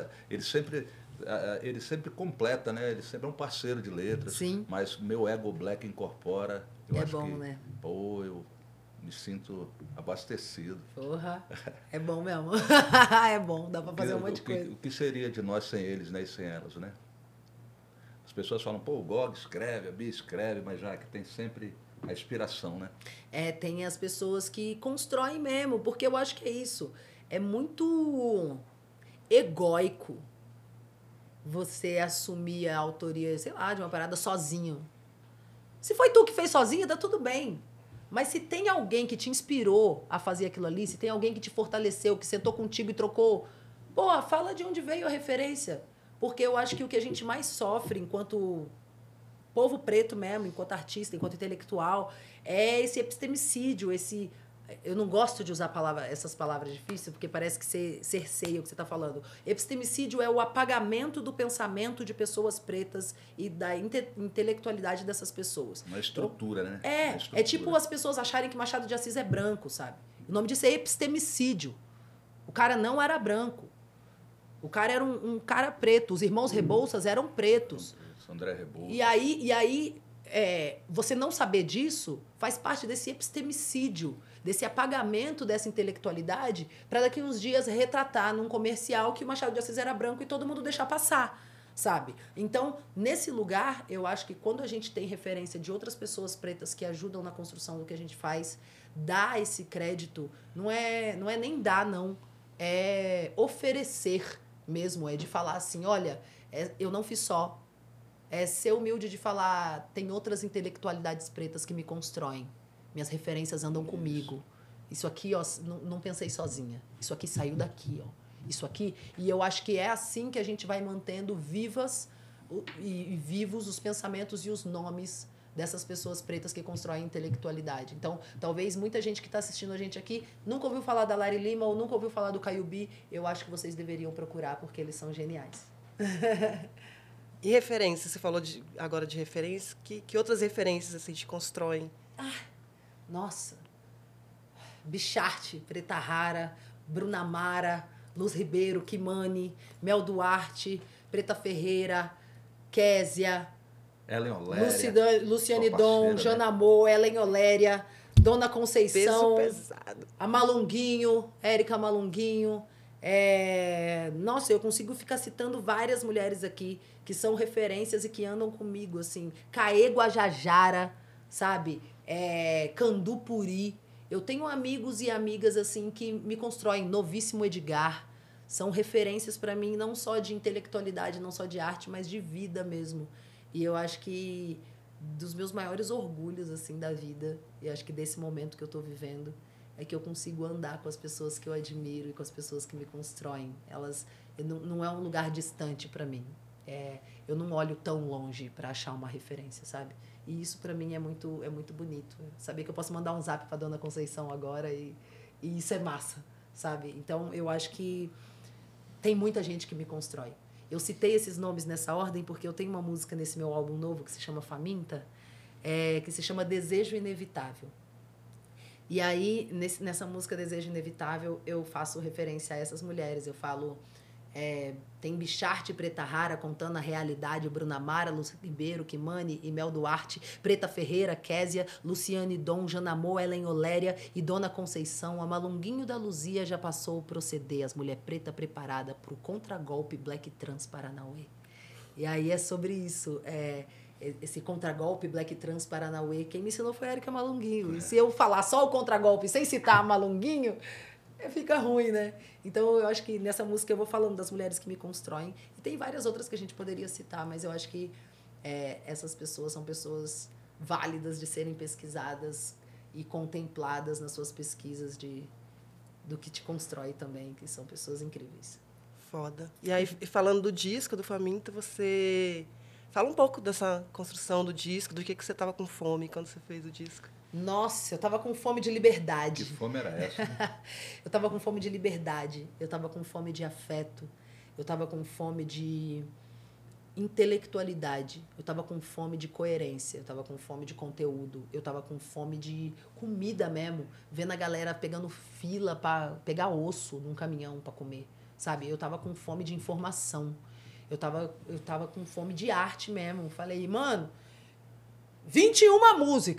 ele sempre completa, né? Ele sempre é um parceiro de letras. Sim. Mas meu ego black incorpora. Eu acho bom, que, né? Me sinto abastecido. Porra, é bom mesmo. É bom, dá para fazer um monte de coisa. O que seria de nós sem eles, né, e sem elas, né? As pessoas falam, pô, o Gog escreve, a Bia escreve, mas já que tem sempre a inspiração, né? Tem as pessoas que constroem mesmo, porque eu acho que é isso. É muito egóico você assumir a autoria, sei lá, de uma parada sozinho. Se foi tu que fez sozinha, tá tudo bem. Mas se tem alguém que te inspirou a fazer aquilo ali, se tem alguém que te fortaleceu, que sentou contigo e trocou, pô, fala de onde veio a referência. Porque eu acho que o que a gente mais sofre enquanto povo preto mesmo, enquanto artista, enquanto intelectual, é esse epistemicídio, esse... Eu não gosto de usar essas palavras difíceis, porque parece que você cerceia o que você está falando. Epistemicídio é o apagamento do pensamento de pessoas pretas e da intelectualidade dessas pessoas. Uma estrutura, né? É tipo as pessoas acharem que Machado de Assis é branco, sabe? O nome disso é epistemicídio. O cara não era branco. O cara era um cara preto. Os irmãos Rebouças eram pretos. André Rebouças. E aí você não saber disso faz parte desse epistemicídio, desse apagamento dessa intelectualidade, para daqui uns dias retratar num comercial que o Machado de Assis era branco e todo mundo deixar passar, sabe? Então, nesse lugar, eu acho que quando a gente tem referência de outras pessoas pretas que ajudam na construção do que a gente faz, dar esse crédito não é nem dar, não. É oferecer mesmo, é de falar assim, olha, eu não fiz só. É ser humilde de falar, tem outras intelectualidades pretas que me constroem. Minhas referências andam comigo. Isso aqui, ó, não pensei sozinha. Isso aqui saiu daqui, ó. Isso aqui. E eu acho que é assim que a gente vai mantendo vivos os pensamentos e os nomes dessas pessoas pretas que constroem intelectualidade. Então, talvez muita gente que está assistindo a gente aqui nunca ouviu falar da Lari Lima ou nunca ouviu falar do Caiubi. Eu acho que vocês deveriam procurar, porque eles são geniais. E referências? Você falou agora de referências. Que outras referências assim, te constroem? Nossa. Bicharte, Preta Rara, Bruna Mara, Luz Ribeiro, Kimani, Mel Duarte, Preta Ferreira, Késia, Ellen Oléria, Luciane Dom, Jana Amor, Ellen Oléria, Dona Conceição, peso pesado. a Malunguinho, Érica Malunguinho. Nossa, eu consigo ficar citando várias mulheres aqui que são referências e que andam comigo, assim. Caê Guajajara, sabe? Candupuri. Eu tenho amigos e amigas, assim, que me constroem. Novíssimo Edgar. São referências para mim, não só de intelectualidade, não só de arte, mas de vida mesmo. E eu acho que dos meus maiores orgulhos, assim, da vida, e acho que desse momento que eu tô vivendo, é que eu consigo andar com as pessoas que eu admiro e com as pessoas que me constroem. Não é um lugar distante para mim. Eu não olho tão longe para achar uma referência, sabe? E isso para mim é muito bonito. Saber que eu posso mandar um zap para Dona Conceição agora e isso é massa, sabe? Então eu acho que tem muita gente que me constrói. Eu citei esses nomes nessa ordem porque eu tenho uma música nesse meu álbum novo que se chama Faminta, que se chama Desejo Inevitável. E aí, nessa música Desejo Inevitável, eu faço referência a essas mulheres. Eu falo... tem Bicharte, Preta Rara, contando a realidade, Bruna Mara, Luz Ribeiro, Kimani e Mel Duarte, Preta Ferreira, Késia, Luciane Dom, Janamô, Ellen Oléria e Dona Conceição. A Malunguinho da Luzia já passou o proceder, as mulher preta preparada pro contragolpe Black Trans Paranauê. E aí é sobre isso, esse contragolpe Black Trans Paranauê. Quem me ensinou foi a Érica Malunguinho. E se eu falar só o contragolpe sem citar a Malunguinho, fica ruim, né? Então, eu acho que nessa música eu vou falando das mulheres que me constroem. E tem várias outras que a gente poderia citar, mas eu acho que essas pessoas são pessoas válidas de serem pesquisadas e contempladas nas suas pesquisas do que te constrói também, que são pessoas incríveis. Foda. E aí, falando do disco, do Faminta, você... Fala um pouco dessa construção do disco, do que você estava com fome quando você fez o disco. Nossa, eu tava com fome de liberdade. Que fome era essa? Eu tava com fome de liberdade, eu tava com fome de afeto, eu tava com fome de intelectualidade, eu tava com fome de coerência, eu tava com fome de conteúdo, eu tava com fome de comida mesmo, vendo a galera pegando fila para pegar osso num caminhão para comer, sabe? Eu tava com fome de informação, eu tava com fome de arte mesmo. Falei, mano, 21 músicas.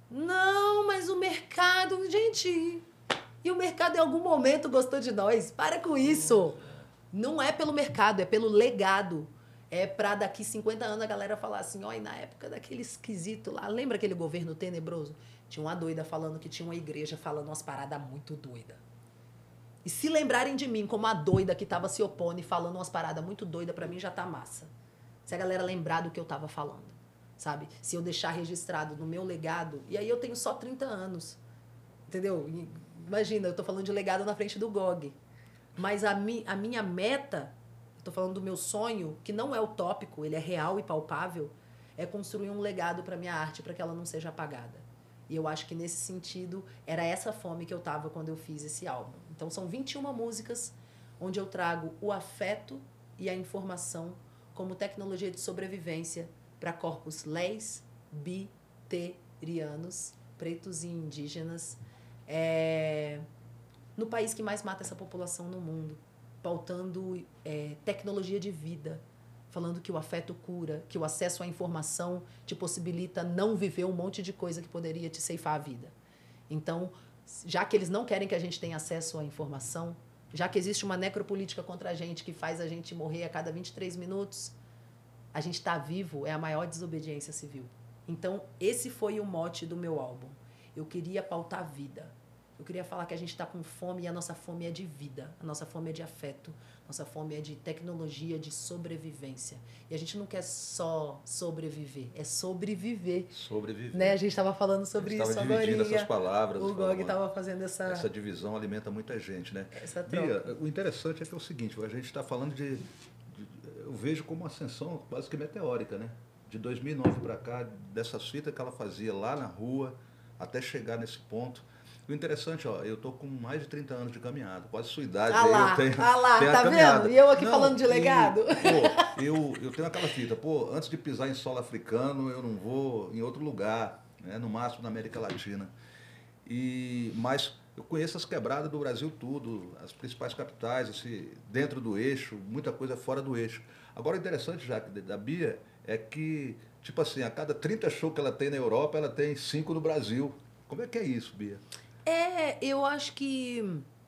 Não, mas o mercado, gente... E o mercado em algum momento gostou de nós. Para com isso. Não é pelo mercado, é pelo legado. É para daqui 50 anos a galera falar assim, ó, e na época daquele esquisito lá, lembra aquele governo tenebroso? Tinha uma doida falando que tinha uma igreja falando umas paradas muito doidas. E se lembrarem de mim como a doida que tava se opondo e falando umas paradas muito doidas, para mim já tá massa. Se a galera lembrar do que eu tava falando, sabe? Se eu deixar registrado no meu legado, e aí eu tenho só 30 anos, entendeu? E, imagina, eu tô falando de legado na frente do GOG. Mas a minha meta, eu tô falando do meu sonho, que não é utópico, ele é real e palpável, é construir um legado para minha arte, para que ela não seja apagada. E eu acho que nesse sentido, era essa fome que eu tava quando eu fiz esse álbum. Então são 21 músicas, onde eu trago o afeto e a informação como tecnologia de sobrevivência para corpos lesbiterianos, pretos e indígenas, no país que mais mata essa população no mundo, pautando tecnologia de vida, falando que o afeto cura, que o acesso à informação te possibilita não viver um monte de coisa que poderia te ceifar a vida. Então, já que eles não querem que a gente tenha acesso à informação, já que existe uma necropolítica contra a gente que faz a gente morrer a cada 23 minutos, a gente estar vivo é a maior desobediência civil. Então, esse foi o mote do meu álbum. Eu queria pautar a vida. Eu queria falar que a gente está com fome e a nossa fome é de vida, a nossa fome é de afeto, a nossa fome é de tecnologia, de sobrevivência. E a gente não quer só sobreviver, é sobreviver. Sobreviver. Né? A gente estava falando sobre isso agora. Estava dividindo essas palavras. O GOG estava fazendo essa divisão alimenta muita gente, né? Essa troca. Bia, o interessante é que é o seguinte, a gente está falando eu vejo como uma ascensão quase que meteórica, né? De 2009 para cá, dessas fitas que ela fazia lá na rua, até chegar nesse ponto. O interessante, ó, eu tô com mais de 30 anos de caminhada, quase sua idade. Ah lá, tenho tá vendo? E eu aqui falando de legado. Eu tenho aquela fita, antes de pisar em solo africano, eu não vou em outro lugar, né, no máximo na América Latina. Mas eu conheço as quebradas do Brasil tudo, as principais capitais, dentro do eixo, muita coisa fora do eixo. Agora, o interessante, já da Bia, é que, tipo assim, a cada 30 shows que ela tem na Europa, ela tem 5 no Brasil. Como é que é isso, Bia? Eu acho que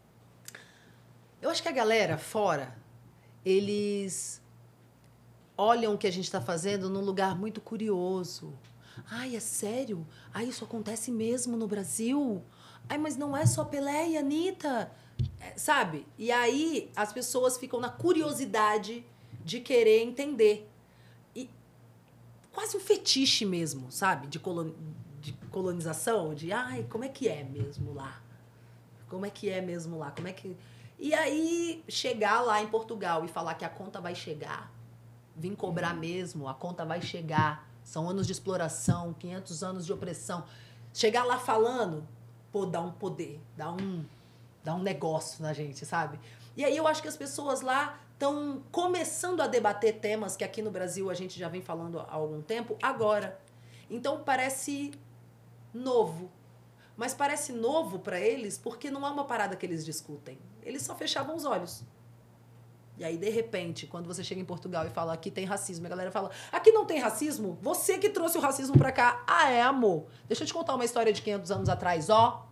a galera fora, eles olham o que a gente está fazendo num lugar muito curioso. Ai, é sério? Ai, isso acontece mesmo no Brasil? Ai, mas não é só Pelé e Anitta, sabe? E aí as pessoas ficam na curiosidade de querer entender. E quase um fetiche mesmo, sabe? De colonização, ai, como é que é mesmo lá? Como é que é mesmo lá? Como é que... E aí, chegar lá em Portugal e falar que a conta vai chegar, vir cobrar mesmo, a conta vai chegar, são anos de exploração, 500 anos de opressão. Chegar lá falando, dá um poder, dá um negócio na gente, sabe? E aí eu acho que as pessoas lá estão começando a debater temas que aqui no Brasil a gente já vem falando há algum tempo, agora. Então parece novo. Mas parece novo para eles porque não é uma parada que eles discutem. Eles só fechavam os olhos. E aí, de repente, quando você chega em Portugal e fala aqui tem racismo, a galera fala, aqui não tem racismo? Você que trouxe o racismo para cá. Ah, é, amor? Deixa eu te contar uma história de 500 anos atrás, ó.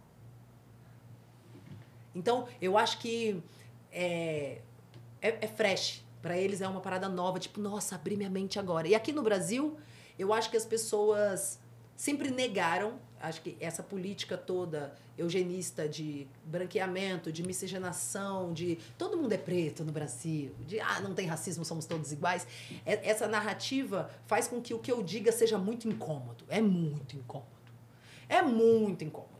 Então, eu acho que é fresh. Para eles é uma parada nova, tipo, nossa, abri minha mente agora. E aqui no Brasil, eu acho que as pessoas sempre negaram, acho que essa política toda eugenista de branqueamento, de miscigenação, de todo mundo é preto no Brasil, de não tem racismo, somos todos iguais. Essa narrativa faz com que o que eu diga seja muito incômodo. É muito incômodo. É muito incômodo.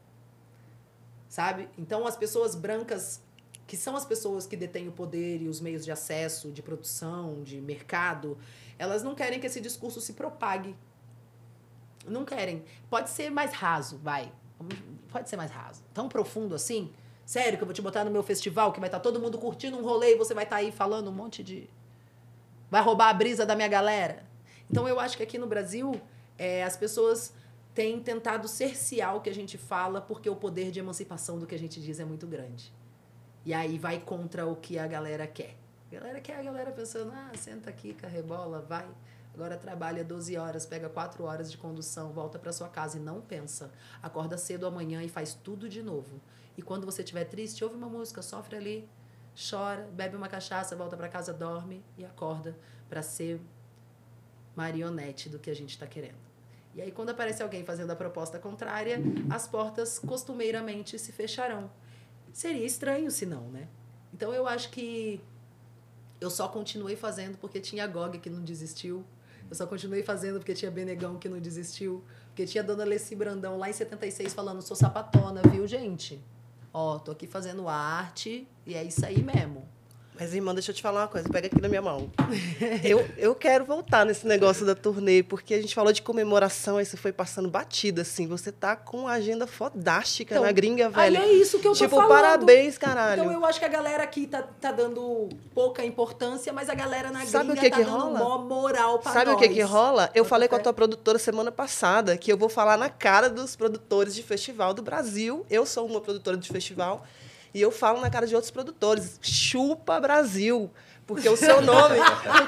Sabe? Então, as pessoas brancas, que são as pessoas que detêm o poder e os meios de acesso, de produção, de mercado, elas não querem que esse discurso se propague. Não querem. Pode ser mais raso, vai. Pode ser mais raso. Tão profundo assim? Sério que eu vou te botar no meu festival, que vai estar todo mundo curtindo um rolê e você vai estar aí falando um monte de... Vai roubar a brisa da minha galera? Então, eu acho que aqui no Brasil, as pessoas têm tentado cercear o que a gente fala porque o poder de emancipação do que a gente diz é muito grande. E aí vai contra o que a galera quer. A galera quer a galera pensando, senta aqui, carrebola, vai Agora trabalha 12 horas, pega 4 horas de condução, volta para sua casa e não pensa. Acorda cedo amanhã e faz tudo de novo. E quando você estiver triste, ouve uma música, sofre ali, chora, bebe uma cachaça, volta para casa, dorme e acorda para ser marionete do que a gente está querendo. E aí, quando aparece alguém fazendo a proposta contrária, as portas costumeiramente se fecharão. Seria estranho se não, né? Então, eu acho que eu só continuei fazendo porque tinha Gog que não desistiu. Eu só continuei fazendo porque tinha Benegão que não desistiu. Porque tinha Dona Leci Brandão lá em 76 falando, sou sapatona, viu, gente? Ó, tô aqui fazendo arte e é isso aí mesmo. Mas, irmã, deixa eu te falar uma coisa. Pega aqui na minha mão. Eu quero voltar nesse negócio da turnê, porque a gente falou de comemoração, aí você foi passando batida, assim. Você tá com uma agenda fodástica na gringa, velho. Aí é isso que eu tô falando. Tipo, parabéns, caralho. Então, eu acho que a galera aqui tá dando pouca importância, mas a galera na Sabe gringa o que tá que dando rola? mó moral pra Sabe nós. o que rola? Eu falei com a tua produtora semana passada que eu vou falar na cara dos produtores de festival do Brasil. Eu sou uma produtora de festival. E eu falo na cara de outros produtores, chupa Brasil, porque o seu nome,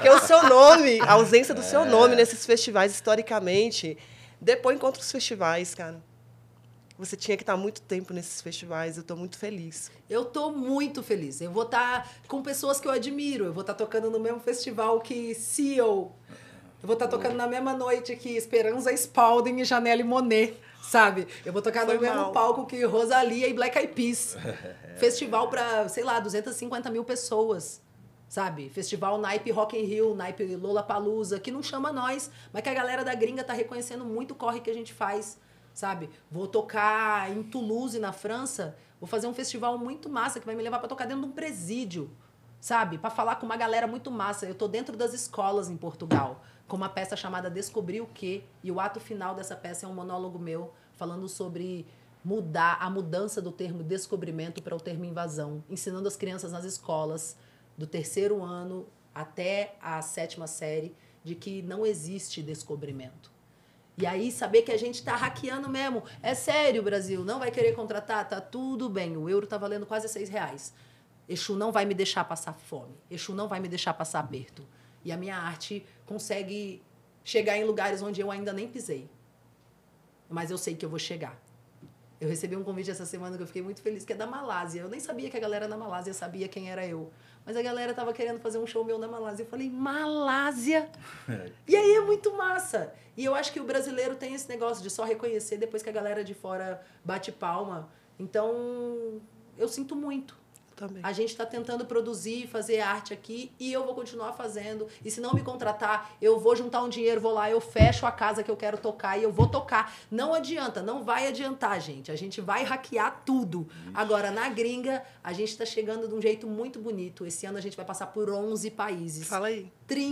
a ausência do seu nome nesses festivais, historicamente, depõe contra os festivais, cara. Você tinha que estar há muito tempo nesses festivais, eu estou muito feliz. Eu estou muito feliz. Eu vou estar com pessoas que eu admiro, eu vou estar tocando no mesmo festival que CEO, eu vou estar tocando na mesma noite que Esperanza Spalding e Janelle Monáe, sabe? Eu vou tocar no mesmo palco que Rosalía e Black Eyed Peas. Festival para, sei lá, 250 mil pessoas, sabe? Festival naipe Rock in Rio, naipe Lollapalooza, que não chama nós, mas que a galera da gringa tá reconhecendo muito o corre que a gente faz, sabe? Vou tocar em Toulouse, na França, vou fazer um festival muito massa que vai me levar para tocar dentro de um presídio, sabe? Para falar com uma galera muito massa. Eu tô dentro das escolas em Portugal, com uma peça chamada Descobrir o Quê? E o ato final dessa peça é um monólogo meu falando sobre a mudança do termo descobrimento para o termo invasão, ensinando as crianças nas escolas do 3º ano até a 7ª série de que não existe descobrimento. E aí saber que a gente tá hackeando mesmo. É sério, Brasil, não vai querer contratar? Tá tudo bem, o euro tá valendo quase R$6. Exu não vai me deixar passar fome. Exu não vai me deixar passar aperto. E a minha arte consegue chegar em lugares onde eu ainda nem pisei. Mas eu sei que eu vou chegar. Eu recebi um convite essa semana que eu fiquei muito feliz, que é da Malásia. Eu nem sabia que a galera na Malásia sabia quem era eu. Mas a galera tava querendo fazer um show meu na Malásia. Eu falei, Malásia? E aí é muito massa. E eu acho que o brasileiro tem esse negócio de só reconhecer depois que a galera de fora bate palma. Então, eu sinto muito. Também. A gente está tentando produzir, fazer arte aqui e eu vou continuar fazendo. E se não me contratar, eu vou juntar um dinheiro, vou lá, eu fecho a casa que eu quero tocar e eu vou tocar. Não adianta, não vai adiantar, gente. A gente vai hackear tudo. Agora, na gringa, a gente está chegando de um jeito muito bonito. Esse ano a gente vai passar por 11 países. Fala aí.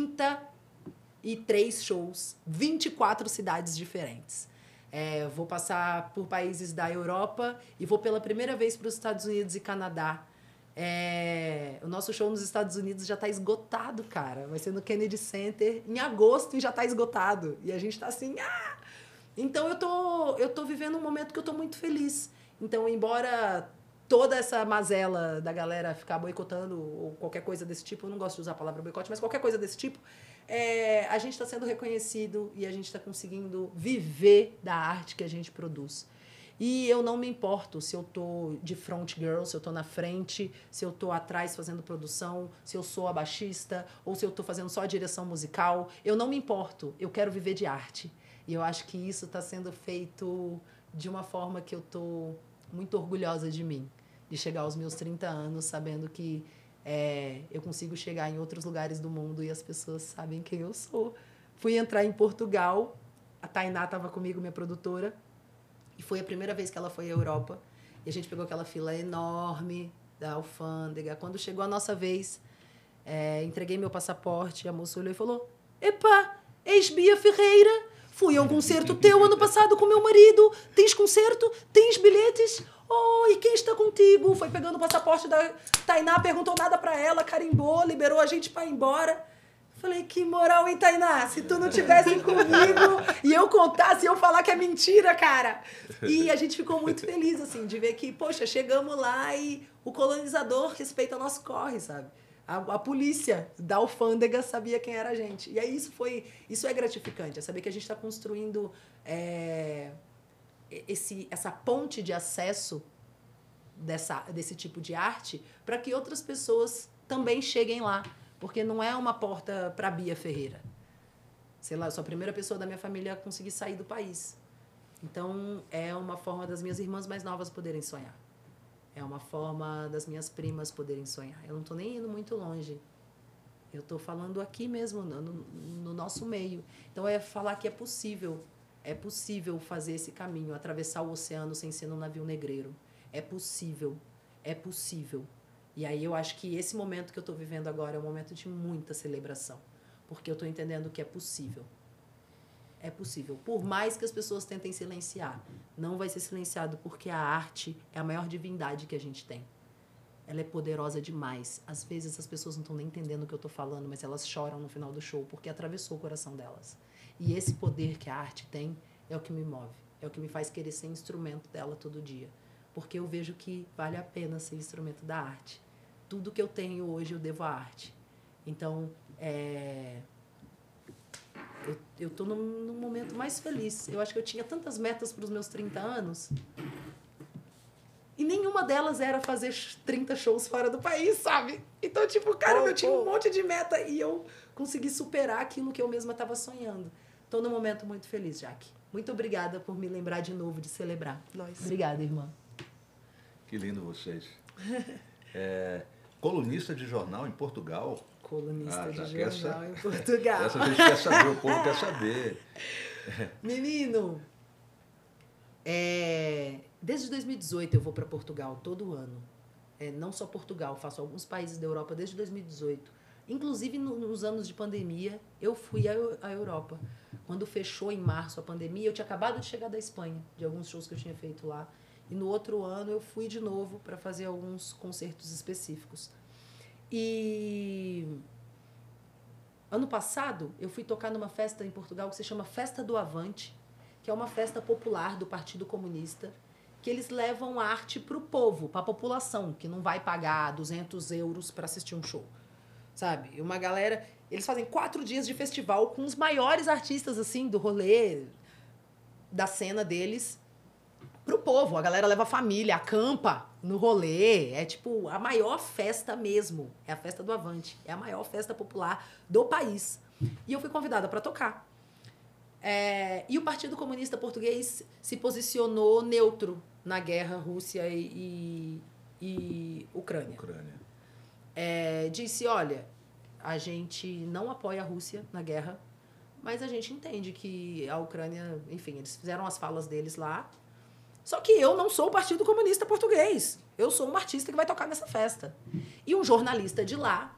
33 shows, 24 cidades diferentes. Vou passar por países da Europa e vou pela primeira vez para os Estados Unidos e Canadá. O nosso show nos Estados Unidos já está esgotado, cara. Vai ser no Kennedy Center em agosto e já está esgotado. E a gente está assim... Ah! Então, eu tô vivendo um momento que eu tô muito feliz. Então, embora toda essa mazela da galera ficar boicotando ou qualquer coisa desse tipo, eu não gosto de usar a palavra boicote, mas qualquer coisa desse tipo, a gente está sendo reconhecido e a gente está conseguindo viver da arte que a gente produz. E eu não me importo se eu tô de front girl, se eu tô na frente, se eu tô atrás fazendo produção, se eu sou a baixista, ou se eu tô fazendo só a direção musical. Eu não me importo, eu quero viver de arte. E eu acho que isso está sendo feito de uma forma que eu tô muito orgulhosa de mim. De chegar aos meus 30 anos sabendo que eu consigo chegar em outros lugares do mundo e as pessoas sabem quem eu sou. Fui entrar em Portugal, a Tainá estava comigo, minha produtora, e foi a primeira vez que ela foi à Europa. E a gente pegou aquela fila enorme da alfândega. Quando chegou a nossa vez, entreguei meu passaporte, a moça olhou e falou: Epa, és Bia Ferreira? Fui a um concerto teu ano passado com meu marido. Tens concerto? Tens bilhetes? Oh, e quem está contigo? Foi pegando o passaporte da Tainá, perguntou nada pra ela, carimbou, liberou a gente pra ir embora. Falei, que moral, hein, Tainá? Se tu não tivesse comigo e eu contasse, eu falar que é mentira, cara. E a gente ficou muito feliz, assim, de ver que, poxa, chegamos lá e o colonizador respeita nosso corre, sabe? A polícia da alfândega sabia quem era a gente. E aí isso é gratificante, é saber que a gente está construindo essa ponte de acesso desse tipo de arte para que outras pessoas também cheguem lá. Porque não é uma porta para Bia Ferreira. Sei lá, eu sou a primeira pessoa da minha família a conseguir sair do país. Então, é uma forma das minhas irmãs mais novas poderem sonhar. É uma forma das minhas primas poderem sonhar. Eu não estou nem indo muito longe. Eu estou falando aqui mesmo, no nosso meio. Então, é falar que é possível fazer esse caminho, atravessar o oceano sem ser num navio negreiro. É possível. E aí eu acho que esse momento que eu estou vivendo agora é um momento de muita celebração. Porque eu estou entendendo que é possível. É possível. Por mais que as pessoas tentem silenciar, não vai ser silenciado porque a arte é a maior divindade que a gente tem. Ela é poderosa demais. Às vezes as pessoas não estão nem entendendo o que eu estou falando, mas elas choram no final do show porque atravessou o coração delas. E esse poder que a arte tem é o que me move. É o que me faz querer ser instrumento dela todo dia. Porque eu vejo que vale a pena ser instrumento da arte. Tudo que eu tenho hoje eu devo à arte. Então, eu estou num momento mais feliz. Eu acho que eu tinha tantas metas para os meus 30 anos e nenhuma delas era fazer 30 shows fora do país, sabe? Então, tipo, cara, eu tinha um monte de meta e eu consegui superar aquilo que eu mesma estava sonhando. Estou num momento muito feliz, Jaque. Muito obrigada por me lembrar de novo de celebrar. Obrigada, irmã. Que lindo vocês. Colunista de jornal em Portugal. Colunista de jornal em Portugal. Essa a gente quer saber, o povo quer saber. Menino, desde 2018 eu vou para Portugal todo ano. Não só Portugal, faço alguns países da Europa desde 2018. Inclusive nos anos de pandemia, eu fui à Europa. Quando fechou em março a pandemia, eu tinha acabado de chegar da Espanha, de alguns shows que eu tinha feito lá. E no outro ano eu fui de novo para fazer alguns concertos específicos. E ano passado eu fui tocar numa festa em Portugal que se chama Festa do Avante, que é uma festa popular do Partido Comunista, que eles levam arte para o povo, para a população, que não vai pagar 200 euros para assistir um show. Sabe? E uma galera... Eles fazem 4 dias de festival com os maiores artistas assim do rolê, da cena deles, pro povo. A galera leva a família, acampa no rolê. É tipo a maior festa mesmo. É a Festa do Avante. É a maior festa popular do país. E eu fui convidada para tocar. E o Partido Comunista Português se posicionou neutro na guerra Rússia e Ucrânia. Disse, olha, a gente não apoia a Rússia na guerra, mas a gente entende que a Ucrânia... Enfim, eles fizeram as falas deles lá. Só que eu não sou o Partido Comunista Português. Eu sou uma artista que vai tocar nessa festa. E um jornalista de lá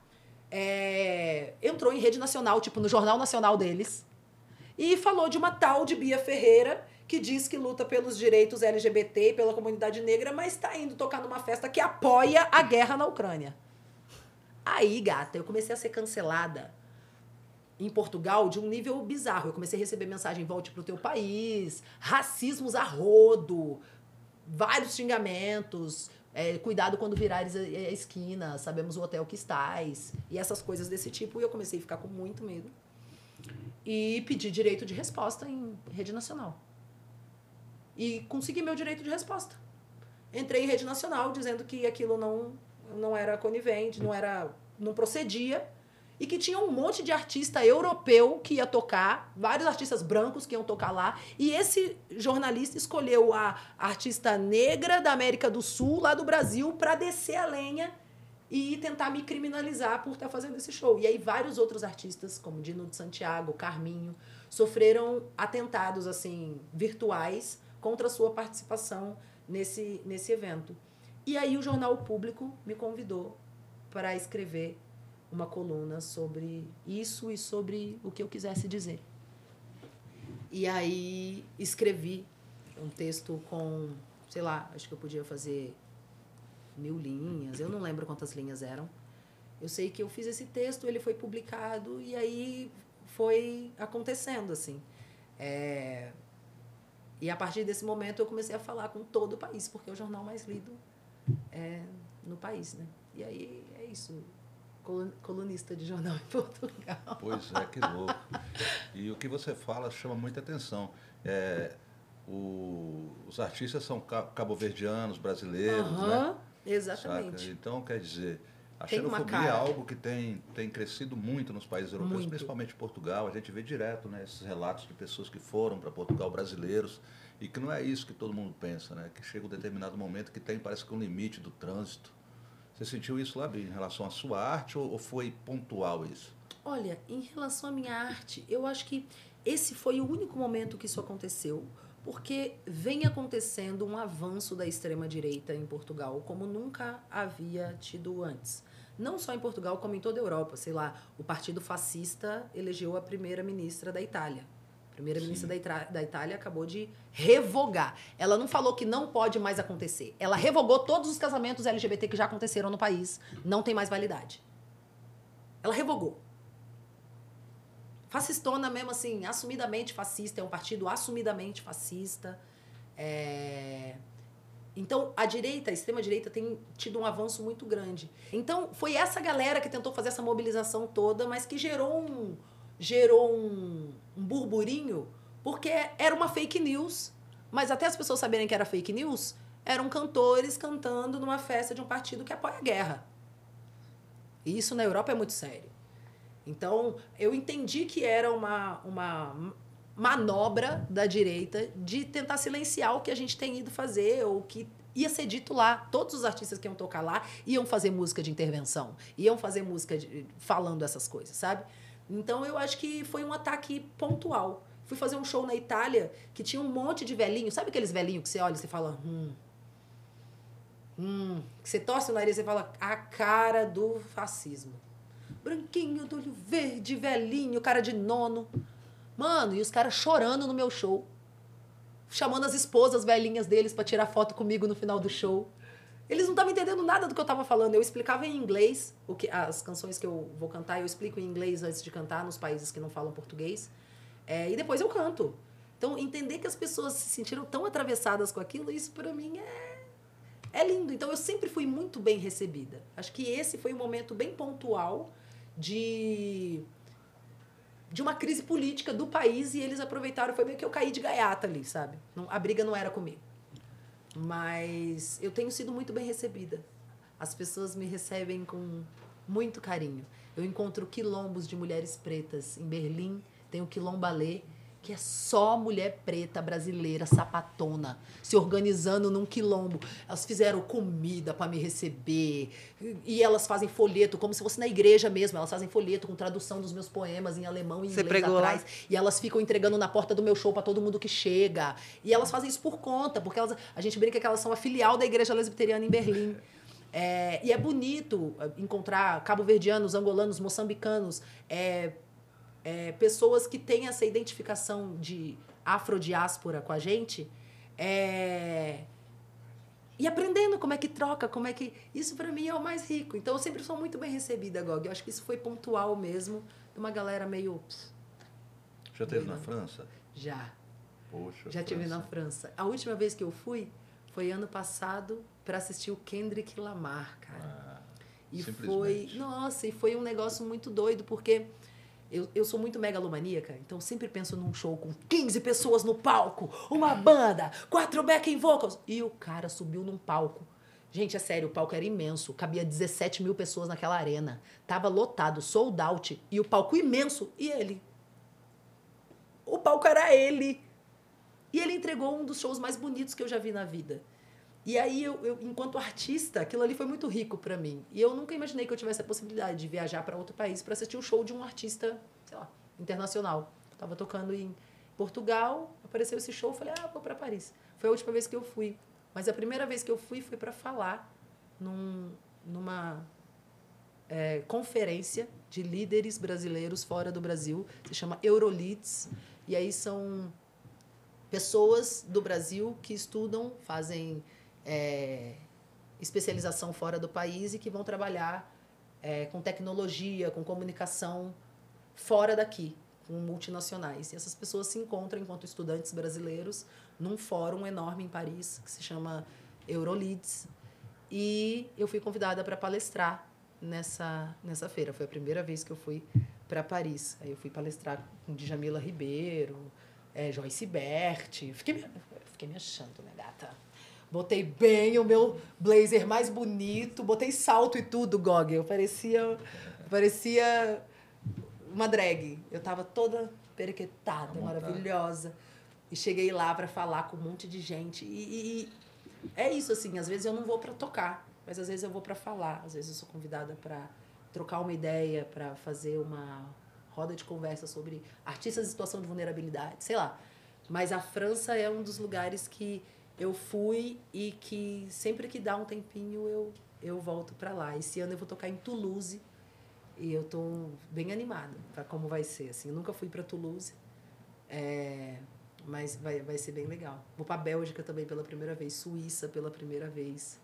entrou em rede nacional, tipo no Jornal Nacional deles, e falou de uma tal de Bia Ferreira, que diz que luta pelos direitos LGBT e pela comunidade negra, mas está indo tocar numa festa que apoia a guerra na Ucrânia. Aí, gata, eu comecei a ser cancelada em Portugal de um nível bizarro. Eu comecei a receber mensagem, volte pro teu país, racismos a rodo, vários xingamentos, cuidado quando virares a esquina, sabemos o hotel que estás, e essas coisas desse tipo. E eu comecei a ficar com muito medo. E pedi direito de resposta em rede nacional. E consegui meu direito de resposta. Entrei em rede nacional dizendo que aquilo não era conivente, não procedia, e que tinha um monte de artista europeu que ia tocar, vários artistas brancos que iam tocar lá, e esse jornalista escolheu a artista negra da América do Sul, lá do Brasil, para descer a lenha e tentar me criminalizar por estar fazendo esse show. E aí vários outros artistas, como Dino de Santiago, Carminho, sofreram atentados assim virtuais contra a sua participação nesse evento. E aí o Jornal Público me convidou para escrever uma coluna sobre isso e sobre o que eu quisesse dizer. E aí escrevi um texto com, sei lá, acho que eu podia fazer 1000 linhas, eu não lembro quantas linhas eram. Eu sei que eu fiz esse texto, ele foi publicado e aí foi acontecendo, assim. E a partir desse momento eu comecei a falar com todo o país, porque é o jornal mais lido no país, né? E aí é isso. colunista de jornal em Portugal. Pois é, que louco. E o que você fala chama muita atenção. Os artistas são cabo-verdianos, brasileiros, né? Exatamente. Saca? Então, quer dizer, a xenofobia é algo que tem crescido muito nos países europeus, principalmente Portugal. A gente vê direto, né, esses relatos de pessoas que foram para Portugal, brasileiros, e que não é isso que todo mundo pensa, né? Que chega um determinado momento que parece que um limite do trânsito. Você sentiu isso lá, Bia, em relação à sua arte ou foi pontual isso? Olha, em relação à minha arte, eu acho que esse foi o único momento que isso aconteceu, porque vem acontecendo um avanço da extrema-direita em Portugal, como nunca havia tido antes. Não só em Portugal, como em toda a Europa. Sei lá, o Partido Fascista elegeu a primeira-ministra da Itália. A primeira-ministra da Itália acabou de revogar. Ela não falou que não pode mais acontecer. Ela revogou todos os casamentos LGBT que já aconteceram no país. Não tem mais validade. Ela revogou. Fascistona mesmo, assim, assumidamente fascista. É um partido assumidamente fascista. Então, a extrema-direita tem tido um avanço muito grande. Então, foi essa galera que tentou fazer essa mobilização toda, mas que gerou um burburinho, porque era uma fake news, mas até as pessoas saberem que era fake news, eram cantores cantando numa festa de um partido que apoia a guerra. E isso na Europa é muito sério. Então, eu entendi que era uma manobra da direita de tentar silenciar o que a gente tem ido fazer, ou que ia ser dito lá. Todos os artistas que iam tocar lá iam fazer música de intervenção, iam fazer música falando essas coisas, sabe? Então, eu acho que foi um ataque pontual. Fui fazer um show na Itália que tinha um monte de velhinho. Sabe aqueles velhinhos que você olha e você fala... que você torce o nariz e você fala a cara do fascismo. Branquinho, do olho verde, velhinho, cara de nono. Mano, e os caras chorando no meu show. Chamando as esposas velhinhas deles pra tirar foto comigo no final do show. Eles não estavam entendendo nada do que eu estava falando. Eu explicava em inglês, as canções que eu vou cantar, eu explico em inglês antes de cantar, nos países que não falam português. E depois eu canto. Então, entender que as pessoas se sentiram tão atravessadas com aquilo, isso para mim é lindo. Então, eu sempre fui muito bem recebida. Acho que esse foi um momento bem pontual de uma crise política do país, e eles aproveitaram, foi meio que eu caí de gaiata ali, sabe? A briga não era comigo. Mas eu tenho sido muito bem recebida. As pessoas me recebem com muito carinho. Eu encontro quilombos de mulheres pretas. Em Berlim tem o Quilombalé, que é só mulher preta brasileira, sapatona, se organizando num quilombo. Elas fizeram comida para me receber, e elas fazem folheto, como se fosse na igreja mesmo. Elas fazem folheto com tradução dos meus poemas em alemão e inglês atrás. E elas ficam entregando na porta do meu show para todo mundo que chega. E elas fazem isso por conta, porque a gente brinca que elas são a filial da Igreja Lesbiteriana em Berlim. E é bonito encontrar cabo-verdianos, angolanos, moçambicanos, pessoas que têm essa identificação de afrodiáspora com a gente, e aprendendo como é que troca, como é que... Isso, para mim, é o mais rico. Então, eu sempre sou muito bem recebida, Gog. Eu acho que isso foi pontual mesmo, de uma galera meio... Já esteve na França? Já. Poxa, já estive na França. A última vez que eu fui foi ano passado para assistir o Kendrick Lamar, cara. E foi... Nossa, e foi um negócio muito doido, porque... Eu sou muito megalomaníaca, então sempre penso num show com 15 pessoas no palco, uma banda, 4 backing vocals. E o cara subiu num palco. Gente, é sério, o palco era imenso. Cabia 17 mil pessoas naquela arena. Tava lotado, sold out. E o palco imenso. E ele? O palco era ele. E ele entregou um dos shows mais bonitos que eu já vi na vida. E aí, eu enquanto artista, aquilo ali foi muito rico para mim. E eu nunca imaginei que eu tivesse a possibilidade de viajar para outro país para assistir um show de um artista, sei lá, internacional. Eu tava tocando em Portugal, apareceu esse show, eu falei, vou para Paris. Foi a última vez que eu fui. Mas a primeira vez que eu fui foi para falar numa conferência de líderes brasileiros fora do Brasil. Se chama Euroleads. E aí são pessoas do Brasil que estudam, fazem... especialização fora do país e que vão trabalhar com tecnologia, com comunicação fora daqui, com multinacionais. E essas pessoas se encontram enquanto estudantes brasileiros num fórum enorme em Paris, que se chama Euroleads. E eu fui convidada para palestrar nessa feira. Foi a primeira vez que eu fui para Paris. Aí eu fui palestrar com Djamila Ribeiro, Joyce Bert. Fiquei me achando, né, gata? Botei bem o meu blazer mais bonito, botei salto e tudo, Gog. Eu parecia uma drag. Eu tava toda perequetada, maravilhosa. E cheguei lá para falar com um monte de gente. E é isso, assim, às vezes eu não vou para tocar, mas às vezes eu vou para falar. Às vezes eu sou convidada para trocar uma ideia, para fazer uma roda de conversa sobre artistas em situação de vulnerabilidade, sei lá. Mas a França é um dos lugares que eu fui e que sempre que dá um tempinho eu volto para lá. Esse ano eu vou tocar em Toulouse e eu tô bem animada para como vai ser. Assim, eu nunca fui para Toulouse, mas vai ser bem legal. Vou para Bélgica também pela primeira vez, Suíça pela primeira vez.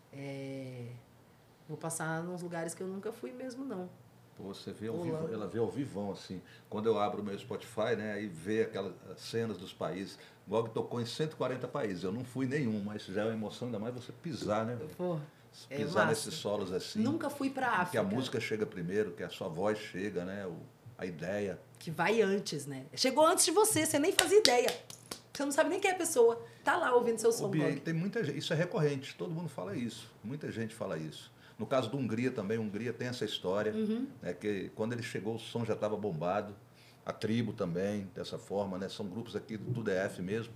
Vou passar nos lugares que eu nunca fui mesmo, não. Você vê ao vivo, ela vê ao vivão, assim. Quando eu abro o meu Spotify, né, aí vê aquelas cenas dos países. Gog tocou em 140 países. Eu não fui nenhum, mas já é uma emoção, ainda mais você pisar, né? Pisar nesses solos assim. Nunca fui para África. Que a música chega primeiro, que a sua voz chega, né? A ideia. Que vai antes, né? Chegou antes de você nem fazia ideia. Você não sabe nem quem é a pessoa. Tá lá ouvindo seu som. Tem muita gente, isso é recorrente, todo mundo fala isso. Muita gente fala isso. No caso do Hungria também, Hungria tem essa história, né, que quando ele chegou o som já estava bombado, a tribo também, dessa forma, né, são grupos aqui do DF mesmo.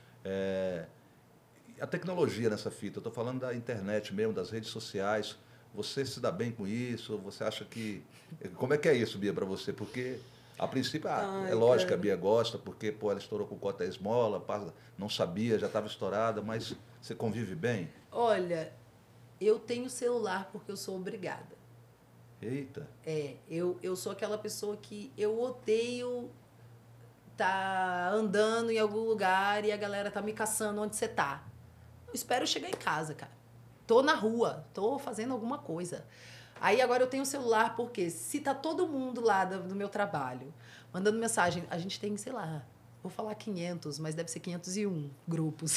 A tecnologia nessa fita, eu estou falando da internet mesmo, das redes sociais, você se dá bem com isso? Você acha que... Como é que é isso, Bia, para você? Porque, a princípio, é lógico que a Bia gosta, porque ela estourou com cota esmola, não sabia, já estava estourada, mas você convive bem? Olha... Eu tenho celular porque eu sou obrigada. Eita. Eu sou aquela pessoa que eu odeio tá andando em algum lugar e a galera tá me caçando onde você tá. Eu espero chegar em casa, cara. Tô na rua, tô fazendo alguma coisa. Aí agora eu tenho celular porque se tá todo mundo lá do meu trabalho mandando mensagem, a gente tem, sei lá, vou falar 500, mas deve ser 501 grupos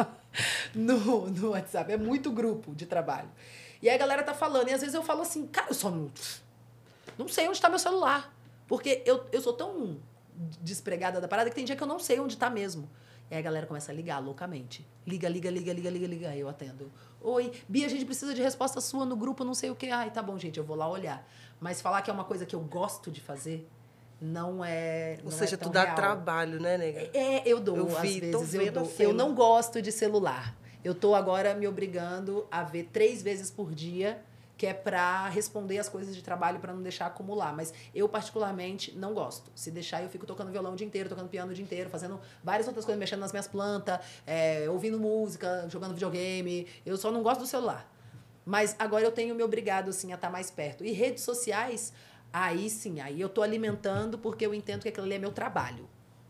no WhatsApp. É muito grupo de trabalho. E aí a galera tá falando. E às vezes eu falo assim, cara, eu só não sei onde está meu celular. Porque eu sou tão despregada da parada que tem dia que eu não sei onde está mesmo. E aí a galera começa a ligar loucamente. Liga. Aí eu atendo. Oi, Bia, a gente precisa de resposta sua no grupo, não sei o quê. Ai, tá bom, gente, eu vou lá olhar. Mas falar que é uma coisa que eu gosto de fazer... Não é. Ou seja, tu dá trabalho, né, nega? Eu dou, às vezes eu dou. Eu não gosto de celular. Eu tô agora me obrigando a ver 3 vezes por dia, que é para responder as coisas de trabalho, para não deixar acumular. Mas eu, particularmente, não gosto. Se deixar, eu fico tocando violão o dia inteiro, tocando piano o dia inteiro, fazendo várias outras coisas, mexendo nas minhas plantas, ouvindo música, jogando videogame. Eu só não gosto do celular. Mas agora eu tenho me obrigado, assim, a estar mais perto. E redes sociais... Aí sim, aí eu tô alimentando porque eu entendo que aquilo ali é meu trabalho.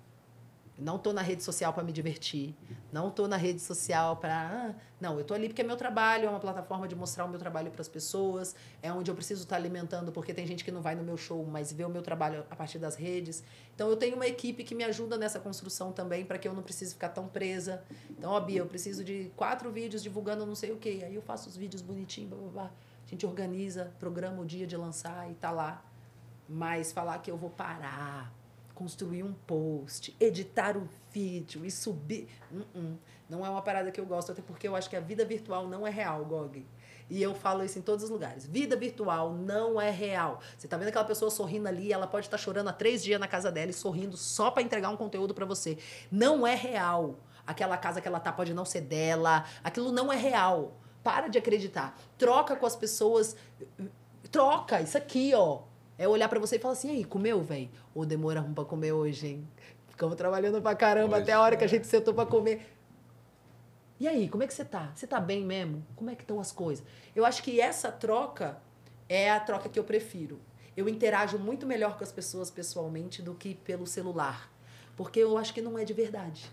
Não tô na rede social para me divertir. Não tô na rede social para... Não, eu tô ali porque é meu trabalho, é uma plataforma de mostrar o meu trabalho para as pessoas, é onde eu preciso estar alimentando, porque tem gente que não vai no meu show, mas vê o meu trabalho a partir das redes. Então, eu tenho uma equipe que me ajuda nessa construção também, para que eu não precise ficar tão presa. Então, ó, Bia, eu preciso de 4 vídeos divulgando não sei o quê. Aí eu faço os vídeos bonitinhos, blá, blá, blá. A gente organiza, programa o dia de lançar e tá lá. Mas falar que eu vou parar, construir um post, editar um vídeo e subir... Não é uma parada que eu gosto, até porque eu acho que a vida virtual não é real, Gog. E eu falo isso em todos os lugares. Vida virtual não é real. Você tá vendo aquela pessoa sorrindo ali, ela pode estar chorando há 3 dias na casa dela e sorrindo só para entregar um conteúdo para você. Não é real. Aquela casa que ela tá pode não ser dela. Aquilo não é real. Para de acreditar. Troca com as pessoas. Troca. Isso aqui, ó. É olhar pra você e falar assim, aí, comeu, velho? Ou demoramos pra comer hoje, hein? Ficamos trabalhando pra caramba até a hora que a gente sentou pra comer. E aí, como é que você tá? Você tá bem mesmo? Como é que estão as coisas? Eu acho que essa troca é a troca que eu prefiro. Eu interajo muito melhor com as pessoas pessoalmente do que pelo celular. Porque eu acho que não é de verdade.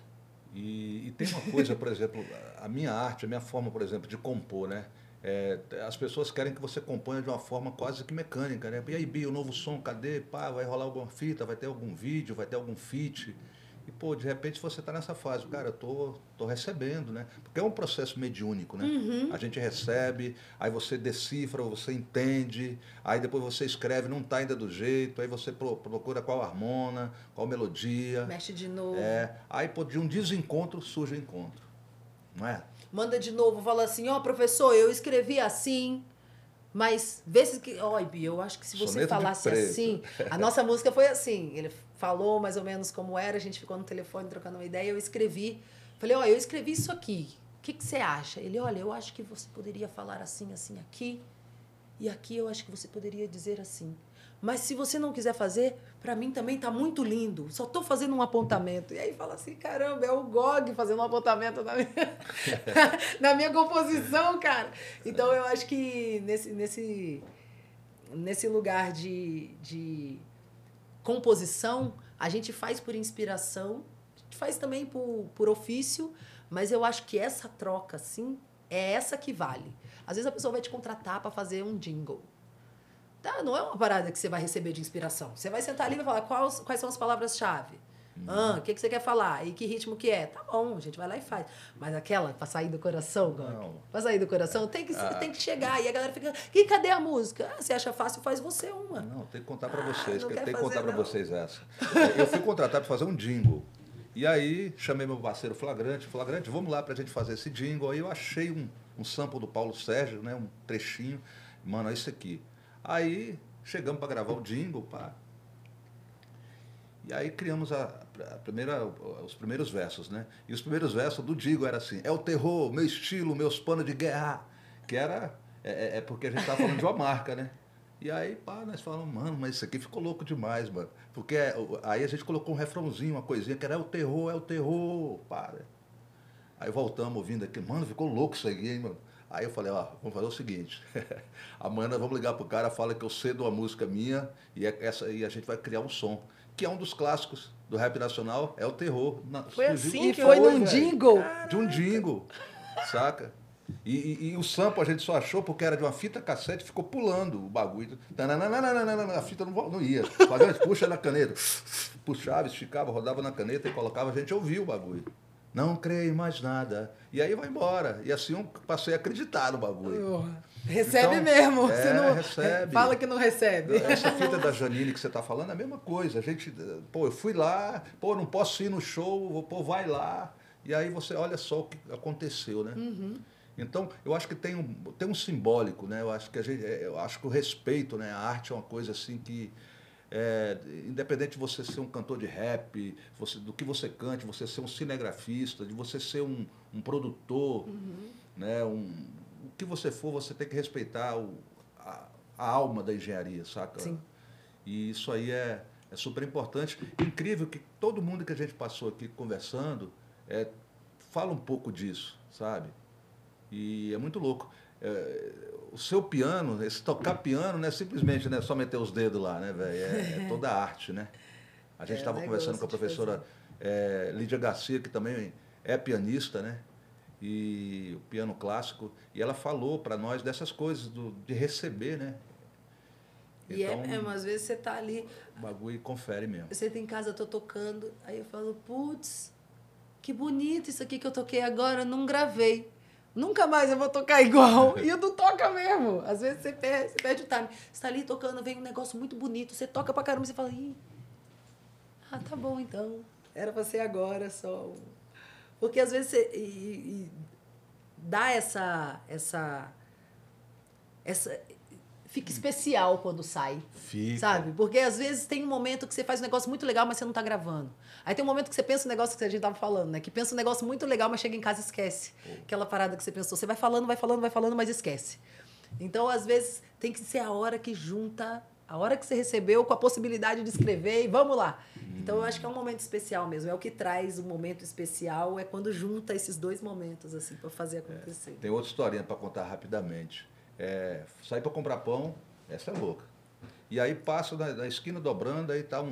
E tem uma coisa, por exemplo, a minha arte, a minha forma, por exemplo, de compor, né? As pessoas querem que você componha de uma forma quase que mecânica, né? E aí, Bia, o novo som, cadê? Pá, vai rolar alguma fita, vai ter algum vídeo, vai ter algum feat. E, pô, de repente você está nessa fase, cara, eu tô recebendo, né? Porque é um processo mediúnico, né? A gente recebe, aí você decifra, você entende, aí depois você escreve, não está ainda do jeito, aí você procura qual harmona, qual melodia. Mexe de novo. Aí, pô, de um desencontro surge o encontro, não é? Manda de novo, fala assim, ó, professor, eu escrevi assim, mas vê se... Ó, Bia, eu acho que se você Soneto de falasse preto. assim... A nossa música foi assim, ele falou mais ou menos como era, a gente ficou no telefone trocando uma ideia, eu escrevi. Falei, ó, eu escrevi isso aqui, o que você acha? Ele, olha, eu acho que você poderia falar assim, assim, aqui, e aqui eu acho que você poderia dizer assim. Mas se você não quiser fazer, para mim também tá muito lindo. Só tô fazendo um apontamento. E aí fala assim, caramba, é o Gog fazendo um apontamento na minha composição, cara. Então eu acho que nesse lugar de composição, a gente faz por inspiração, a gente faz também por ofício, mas eu acho que essa troca, assim, é essa que vale. Às vezes a pessoa vai te contratar para fazer um jingle. Tá, não é uma parada que você vai receber de inspiração. Você vai sentar ali e vai falar quais são as palavras-chave. O que você quer falar? E que ritmo que é? Tá bom, a gente vai lá e faz. Mas aquela, pra sair do coração, Gog, pra sair do coração, tem que chegar. E a galera fica, e cadê a música? Você acha fácil, faz você uma. Não, tem que contar para vocês, não que eu quer tenho que contar fazer, para não. vocês essa. Eu fui contratado para fazer um jingle. E aí, chamei meu parceiro Flagrante, vamos lá pra gente fazer esse jingle. Aí eu achei um sample do Paulo Sérgio, né, um trechinho. Mano, é isso aqui. Aí, chegamos para gravar o jingle, pá. E aí criamos os primeiros versos, né? E os primeiros versos do jingle era assim, é o terror, meu estilo, meus panos de guerra. Que era, porque a gente estava falando de uma marca, né? E aí, pá, nós falamos, mano, mas isso aqui ficou louco demais, mano. Porque aí a gente colocou um refrãozinho, uma coisinha, que era é o terror, para. Aí voltamos ouvindo aqui, mano, ficou louco isso aqui, hein, mano. Aí eu falei, ó, vamos fazer o seguinte, amanhã nós vamos ligar pro cara, fala que eu cedo uma música minha e a gente vai criar um som, que é um dos clássicos do rap nacional, é o terror. Foi assim que foi num velho. jingle? De um jingle, saca? E o sample a gente só achou porque era de uma fita cassete, ficou pulando o bagulho. A fita não ia. Flagrante, puxa na caneta. Puxava, esticava, rodava na caneta e colocava, a gente ouvia o bagulho. Não creio em mais nada. E aí vai embora. E assim eu passei a acreditar no bagulho. Recebe Então, mesmo. Você não recebe. Fala que não recebe. Essa fita da Janine que você está falando é a mesma coisa. A gente, pô, eu fui lá, pô, não posso ir no show, pô, vai lá. E aí você olha só o que aconteceu, né? Então, eu acho que tem um simbólico, né? Eu acho que o respeito, né? A arte é uma coisa assim que, independente de você ser um cantor de rap, do que você cante, você ser um cinegrafista, de você ser um produtor, né? O que você for, você tem que respeitar a alma da engenharia, saca? Sim. E isso aí é super importante. Incrível que todo mundo que a gente passou aqui conversando fala um pouco disso, sabe? E é muito louco. O seu piano, esse tocar piano, não é simplesmente, né, só meter os dedos lá, né, velho? É toda a arte, né? A gente estava conversando com a professora Lídia Garcia, que também é pianista, né? E o piano clássico. E ela falou para nós dessas coisas, de receber, né? E então, às vezes você tá ali... O bagulho confere mesmo. Você tá em casa, eu tô tocando, aí eu falo, putz, que bonito isso aqui que eu toquei agora, eu não gravei. Nunca mais eu vou tocar igual. E não toca mesmo. Às vezes você perde o time. Você tá ali tocando, vem um negócio muito bonito, você toca pra caramba, você fala, tá bom então. Era pra ser agora só. Porque às vezes você dá essa fica especial quando sai. Fica. Sabe? Porque às vezes tem um momento que você faz um negócio muito legal, mas você não tá gravando. Aí tem um momento que você pensa um negócio que a gente tava falando, né? Que pensa um negócio muito legal, mas chega em casa e esquece. Aquela parada que você pensou. Você vai falando, mas esquece. Então, às vezes, tem que ser a hora que junta a hora que você recebeu com a possibilidade de escrever e vamos lá. Então, eu acho que é um momento especial mesmo. É o que traz o momento especial, é quando junta esses dois momentos, assim, para fazer acontecer. Tem outra historinha para contar rapidamente. Saí para comprar pão, essa é louca. E aí passo na esquina dobrando, aí tá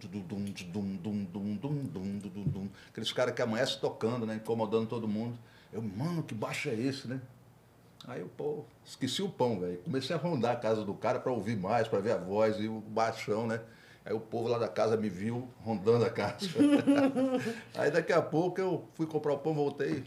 aqueles caras que amanhecem tocando, né, incomodando todo mundo. Eu, mano, que baixo é esse, né? Aí eu, pô, esqueci o pão, velho. Comecei a rondar a casa do cara para ouvir mais, para ver a voz e o baixão, né? Aí o povo lá da casa me viu rondando a casa. Aí daqui a pouco eu fui comprar o pão, voltei.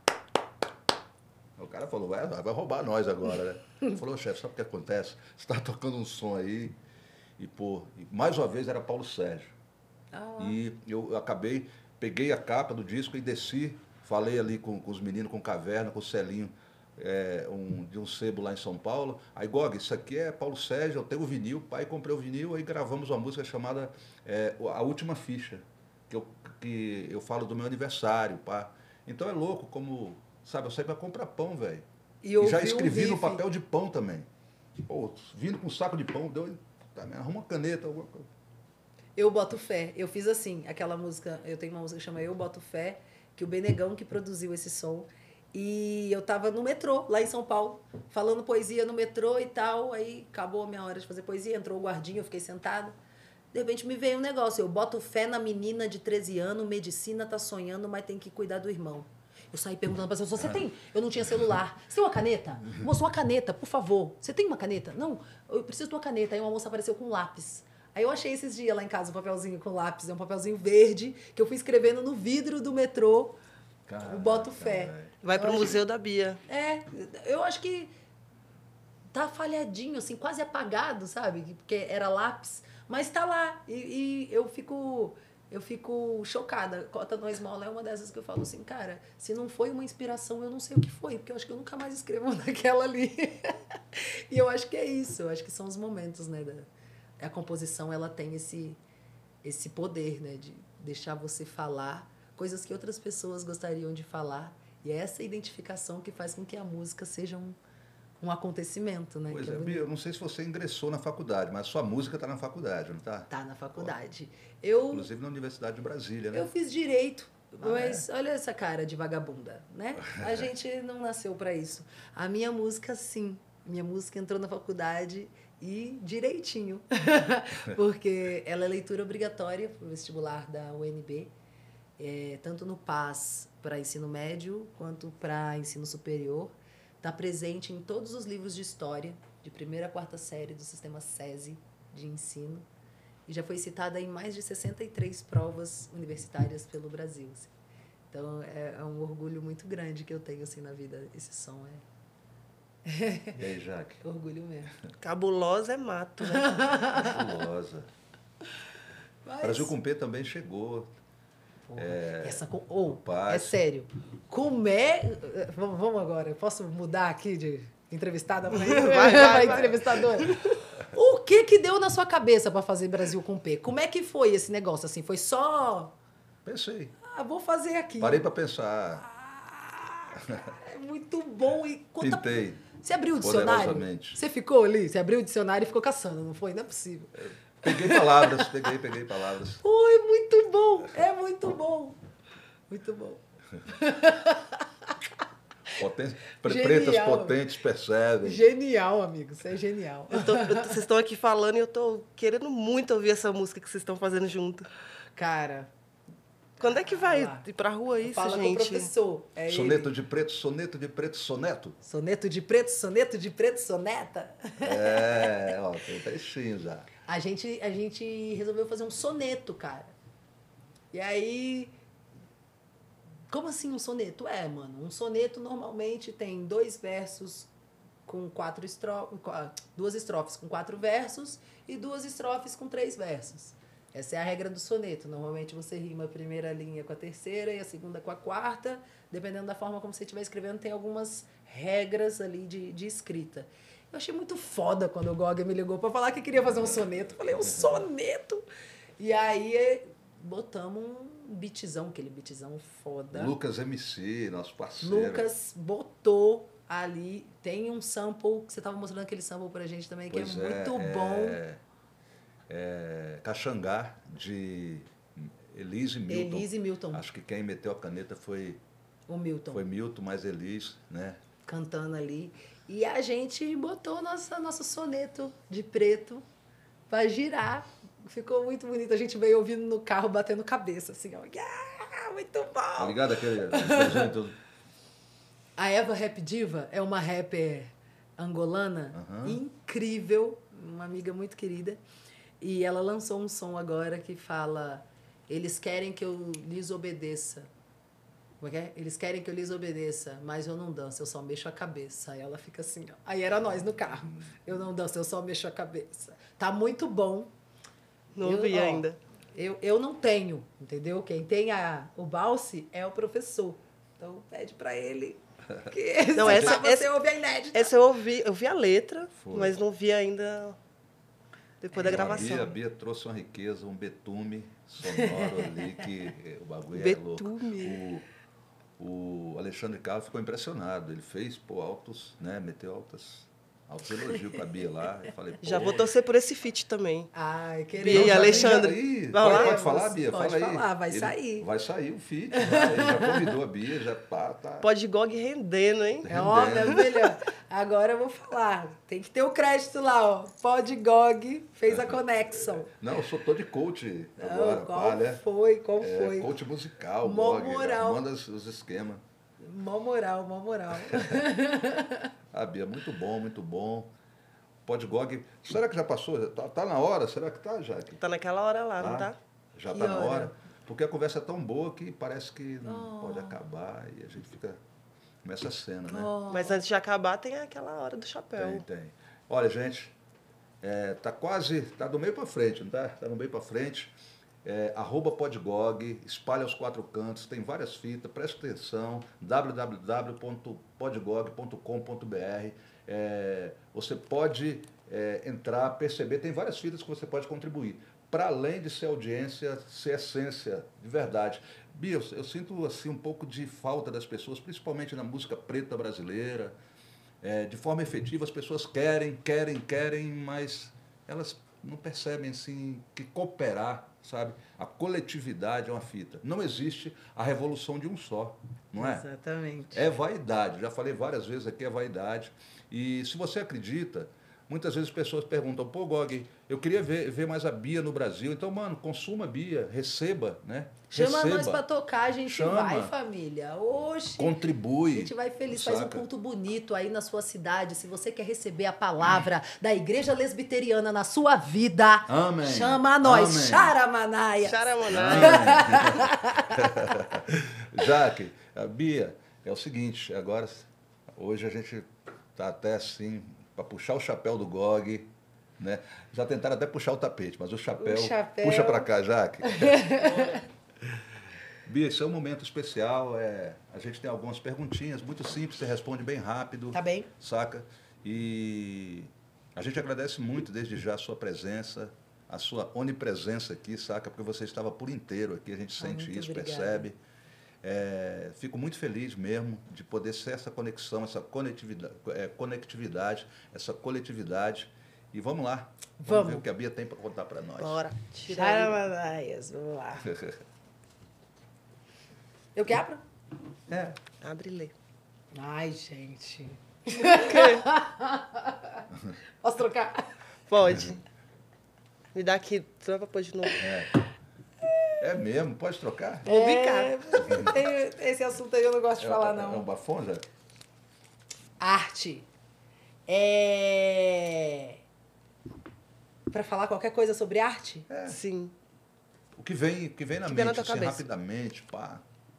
O cara falou, vai roubar nós agora, né? Ele falou, chefe, sabe o que acontece? Você tá tocando um som aí e, pô, mais uma vez era Paulo Sérgio. E eu acabei, peguei a capa do disco e desci, falei ali com os meninos, com o Caverna, com o Celinho, de um sebo lá em São Paulo. Aí, Gog, isso aqui é Paulo Sérgio, eu tenho o vinil, pai, comprei o vinil, aí gravamos uma música chamada A Última Ficha, que eu falo do meu aniversário, pá. Então é louco como, sabe, eu saí pra comprar pão, velho. E já escrevi no papel de pão também. Pô, vindo com um saco de pão, arruma uma caneta, alguma coisa. Eu Boto Fé. Eu fiz assim, aquela música, eu tenho uma música que chama Eu Boto Fé, que o Benegão que produziu esse som. E eu tava no metrô, lá em São Paulo, falando poesia no metrô e tal. Aí acabou a minha hora de fazer poesia, entrou o guardinha, eu fiquei sentada. De repente me veio um negócio, eu boto fé na menina de 13 anos, medicina tá sonhando, mas tem que cuidar do irmão. Eu saí perguntando pra pessoa, você tem? Eu não tinha celular. Você tem uma caneta? Moça, uma caneta, por favor. Você tem uma caneta? Não, eu preciso de uma caneta. Aí uma moça apareceu com um lápis. Aí eu achei esses dias lá em casa um papelzinho com lápis, um papelzinho verde, que eu fui escrevendo no vidro do metrô. Caraca, o Boto Fé. Vai pro Museu da Bia. Eu acho que tá falhadinho, assim, quase apagado, sabe? Porque era lápis, mas tá lá. E eu fico chocada. Cota No Esmola é uma dessas que eu falo assim, cara, se não foi uma inspiração, eu não sei o que foi, porque eu acho que eu nunca mais escrevo naquela ali. E eu acho que é isso, eu acho que são os momentos, né? A composição, ela tem esse poder, né? De deixar você falar coisas que outras pessoas gostariam de falar. E é essa identificação que faz com que a música seja um acontecimento, né? Pois é, Bia, eu não sei se você ingressou na faculdade, mas sua música está na faculdade, não está? Está na faculdade. Inclusive na Universidade de Brasília, né? Eu fiz Direito, mas olha essa cara de vagabunda, né? A gente não nasceu para isso. A minha música, sim. Minha música entrou na faculdade e direitinho. Porque ela é leitura obrigatória para o vestibular da UNB, tanto no PAS para ensino médio quanto para ensino superior. Está presente em todos os livros de história, de 1ª a 4ª série do sistema SESI de ensino. E já foi citada em mais de 63 provas universitárias pelo Brasil. Assim. Então, é um orgulho muito grande que eu tenho assim, na vida. Esse som E aí, Jaque? Orgulho mesmo. Cabulosa é mato, né? Cabulosa. Brasil com P também chegou. É sério. Vamos agora. Eu posso mudar aqui de entrevistada para entrevistadora? O que deu na sua cabeça para fazer Brasil com P? Como é que foi esse negócio? Assim, foi só... Pensei. Vou fazer aqui. Parei para pensar. É muito bom. E Pintei. Você abriu o dicionário? Você ficou ali? Você abriu o dicionário e ficou caçando, não foi? Não é possível. Peguei palavras, peguei palavras. Foi muito bom, é muito bom. Muito bom. Pretas potentes percebem. Genial, amigo, você é genial. Vocês estão aqui falando e eu estou querendo muito ouvir essa música que vocês estão fazendo junto. Cara... Quando é que vai ir pra rua isso, Fala gente? Com o professor. Soneto de preto, soneto de preto, soneto. Soneto de preto, soneta. Ó, tem trechinho já. A gente resolveu fazer um soneto, cara. E aí... Como assim um soneto? Mano, um soneto normalmente tem 2 versos com 4 estrofes... 2 estrofes com 4 versos e 2 estrofes com 3 versos. Essa é a regra do soneto. Normalmente você rima a primeira linha com a terceira e a segunda com a quarta. Dependendo da forma como você estiver escrevendo, tem algumas regras ali de escrita. Eu achei muito foda quando o Gog me ligou para falar que queria fazer um soneto. Eu falei, um soneto? E aí botamos um beatzão, aquele beatzão foda. Lucas MC, nosso parceiro. Lucas botou ali. Tem um sample, que você estava mostrando aquele sample pra gente também, que é muito bom. Caxangá, de Elise Milton. Elise Milton. Acho que quem meteu a caneta foi o Milton. Foi Milton, mais Elise, né? Cantando ali. E a gente botou nosso soneto de preto para girar. Ficou muito bonito. A gente veio ouvindo no carro, batendo cabeça, assim, ó. Muito bom! Tá ligado aquele... A Eva Rap Diva é uma rapper angolana incrível, uma amiga muito querida. E ela lançou um som agora que fala: eles querem que eu lhes obedeça. Como é que é? Eles querem que eu lhes obedeça, mas eu não danço, eu só mexo a cabeça. Aí ela fica assim, ó. Aí era nós no carro. Eu não danço, eu só mexo a cabeça. Tá muito bom. Não ouvi ainda. Eu não tenho, entendeu? Quem tem o Balse é o professor. Então pede pra ele. Que Não, você ouve a inédita. Essa eu vi a letra, mas não vi ainda depois da gravação. A Bia trouxe uma riqueza, um betume sonoro ali, que o bagulho Betume. é louco. O Alexandre Carlos ficou impressionado. Ele fez, altos, né? Meteu altos elogios pra Bia lá. Eu falei, Já vou torcer por esse feat também. Ai, Bia e querido. Alexandre. Pode falar, Bia? Pode Fala aí. falar, vai sair. Vai sair o feat. Ele já convidou a Bia, já tá. Pode GOG rendendo, hein? É óbvio, minha filha. Agora eu vou falar. Tem que ter o crédito lá, ó. Pod GOG fez a conexão. Não, eu sou todo de coach agora. Qual foi? Coach musical, Mó GOG, moral. manda os esquemas. Mó moral. Ah, Bia, muito bom, muito bom. Pod GOG. Será que já passou? Tá na hora? Será que tá, Jaque? Tá naquela hora lá, não tá? Já Que tá na hora? hora. Porque a conversa é tão boa que parece que não pode acabar e a gente começa a cena, né? Mas antes de acabar, tem aquela hora do chapéu. Tem. Olha, gente, tá do meio para frente, não tá? Tá no meio para frente. @podgog, espalha aos 4 cantos, tem várias fitas, preste atenção, www.podgog.com.br. Você pode entrar, perceber, tem várias fitas que você pode contribuir. Para além de ser audiência, ser essência, de verdade. Bia, eu sinto assim, um pouco de falta das pessoas, principalmente na música preta brasileira. De forma efetiva, as pessoas querem, mas elas não percebem assim, que cooperar, sabe? A coletividade é uma fita. Não existe a revolução de um só, não é? Exatamente. É vaidade, já falei várias vezes aqui, é vaidade. E se você acredita, muitas vezes as pessoas perguntam, pô, Gog, eu queria ver mais a Bia no Brasil. Então, mano, consuma a Bia, receba, né? Chama nós pra tocar, a gente Chama. vai, família. Oxi. Contribui. A gente vai feliz, saca? faz um culto bonito aí na sua cidade. Se você quer receber a palavra da Igreja Lesbiteriana na sua vida, Amém. chama nós. Amém. Charamanaia. Jaque, a Bia, é o seguinte, agora, hoje a gente tá até assim, para puxar o chapéu do Gog, né? Já tentaram até puxar o tapete, mas o chapéu... Puxa para cá, Jaque. Bia, esse é um momento especial, a gente tem algumas perguntinhas, muito simples, você responde bem rápido. Tá bem. Saca? E a gente agradece muito desde já a sua presença, a sua onipresença aqui, saca? Porque você estava por inteiro aqui, a gente sente muito isso, obrigada. percebe. Fico muito feliz mesmo de poder ser essa conexão, essa conectividade, essa coletividade. E vamos lá, vamos ver o que a Bia tem para contar para nós. Bora. Charamanaias, vamos lá. Eu que abro? Abre e lê. Ai, gente. Posso trocar? Pode. Me dá aqui, troca pôr de novo. É mesmo, pode trocar? Vou bicar. Esse assunto aí eu não gosto de falar, não. É um bafão, já? Arte. Pra falar qualquer coisa sobre arte? Sim. O que vem na vem na mente, tua assim, cabeça. rapidamente, pá.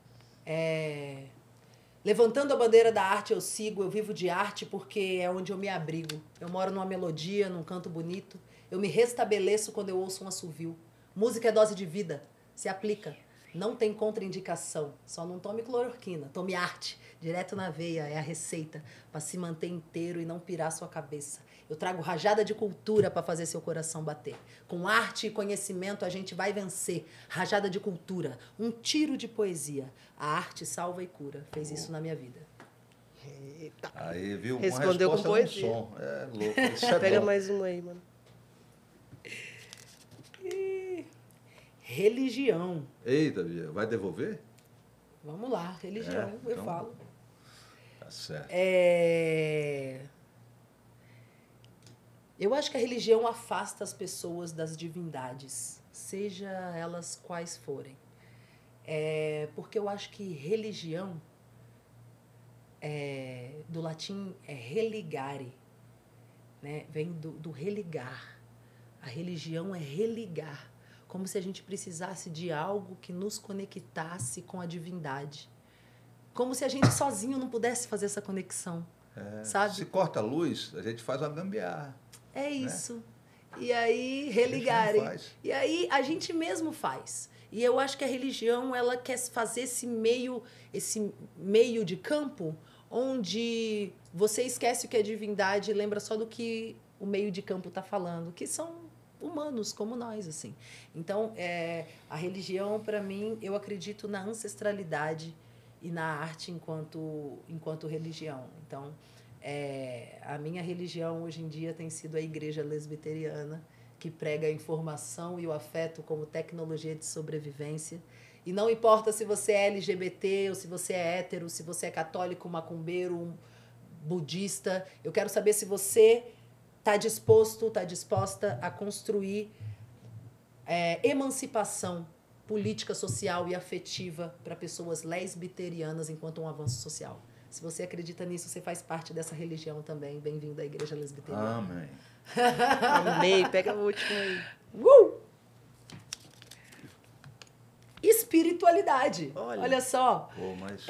Levantando a bandeira da arte, eu sigo, eu vivo de arte porque é onde eu me abrigo. Eu moro numa melodia, num canto bonito. Eu me restabeleço quando eu ouço um assovio. Música é dose de vida, se aplica. Não tem contraindicação, só não tome cloroquina. Tome arte, direto na veia, é a receita para se manter inteiro e não pirar sua cabeça. Eu trago rajada de cultura para fazer seu coração bater. Com arte e conhecimento a gente vai vencer. Rajada de cultura, um tiro de poesia. A arte salva e cura. Fez isso na minha vida. Eita. Aí, viu? Respondeu uma com resposta poesia. num som. É louco, isso é Pega bom. mais uma aí, mano. Religião. Eita, Bia, vai devolver? Vamos lá, religião, eu então, falo. Tá certo. Eu acho que a religião afasta as pessoas das divindades, seja elas quais forem. Porque eu acho que religião, do latim, é religare, né? Vem do religar. A religião é religar, como se a gente precisasse de algo que nos conectasse com a divindade. Como se a gente sozinho não pudesse fazer essa conexão, sabe? Se corta a luz, a gente faz uma gambiarra. É isso. Né? E aí, religarem. E aí, a gente mesmo faz. E eu acho que a religião, ela quer fazer esse meio de campo onde você esquece o que é divindade e lembra só do que o meio de campo está falando, que são humanos como nós, assim. Então, a religião, para mim, eu acredito na ancestralidade e na arte enquanto religião. Então, a minha religião hoje em dia tem sido a Igreja Lesbiteriana, que prega a informação e o afeto como tecnologia de sobrevivência. E não importa se você é LGBT, ou se você é hétero, se você é católico, macumbeiro, budista. Eu quero saber se você está disposto, está disposta a construir emancipação política, social e afetiva para pessoas lesbiterianas enquanto um avanço social. Se você acredita nisso, você faz parte dessa religião também. Bem-vindo à Igreja Lesbiteriana. Amém. Amei. Pega o último aí. Espiritualidade. Olha só. Pô, mas...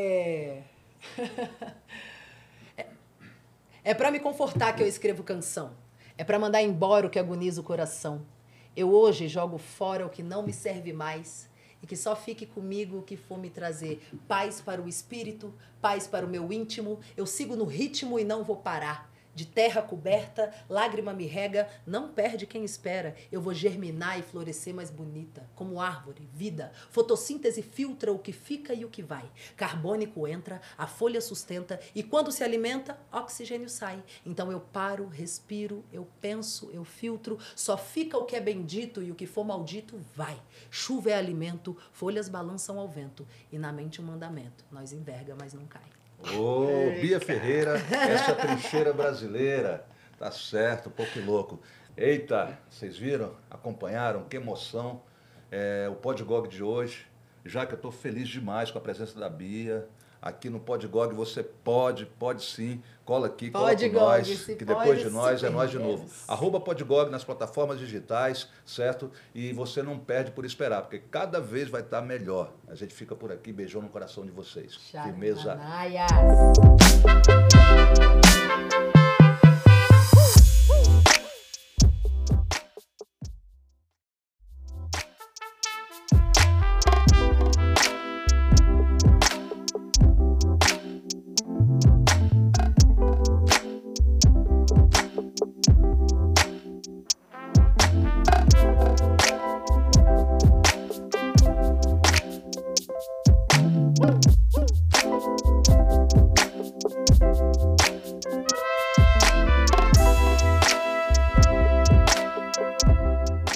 É para me confortar que eu escrevo canção. É para mandar embora o que agoniza o coração. Eu hoje jogo fora o que não me serve mais e que só fique comigo o que for me trazer paz para o espírito, paz para o meu íntimo. Eu sigo no ritmo e não vou parar. De terra coberta, lágrima me rega, não perde quem espera. Eu vou germinar e florescer mais bonita, como árvore, vida. Fotossíntese filtra o que fica e o que vai. Carbônico entra, a folha sustenta e quando se alimenta, oxigênio sai. Então eu paro, respiro, eu penso, eu filtro. Só fica o que é bendito e o que for maldito vai. Chuva é alimento, folhas balançam ao vento. E na mente um mandamento, nós enverga, mas não cai. Bia Ferreira, essa trincheira brasileira. Tá certo, pô, que louco. Eita, vocês viram? Acompanharam? Que emoção. O PodGog de hoje, já que eu estou feliz demais com a presença da Bia. Aqui no PodGog você pode sim. Cola aqui, cola com nós, que depois de nós é nós de novo. @PodGog nas plataformas digitais, certo? E você não perde por esperar, porque cada vez vai estar melhor. A gente fica por aqui, beijão no coração de vocês. Firmeza. Woo!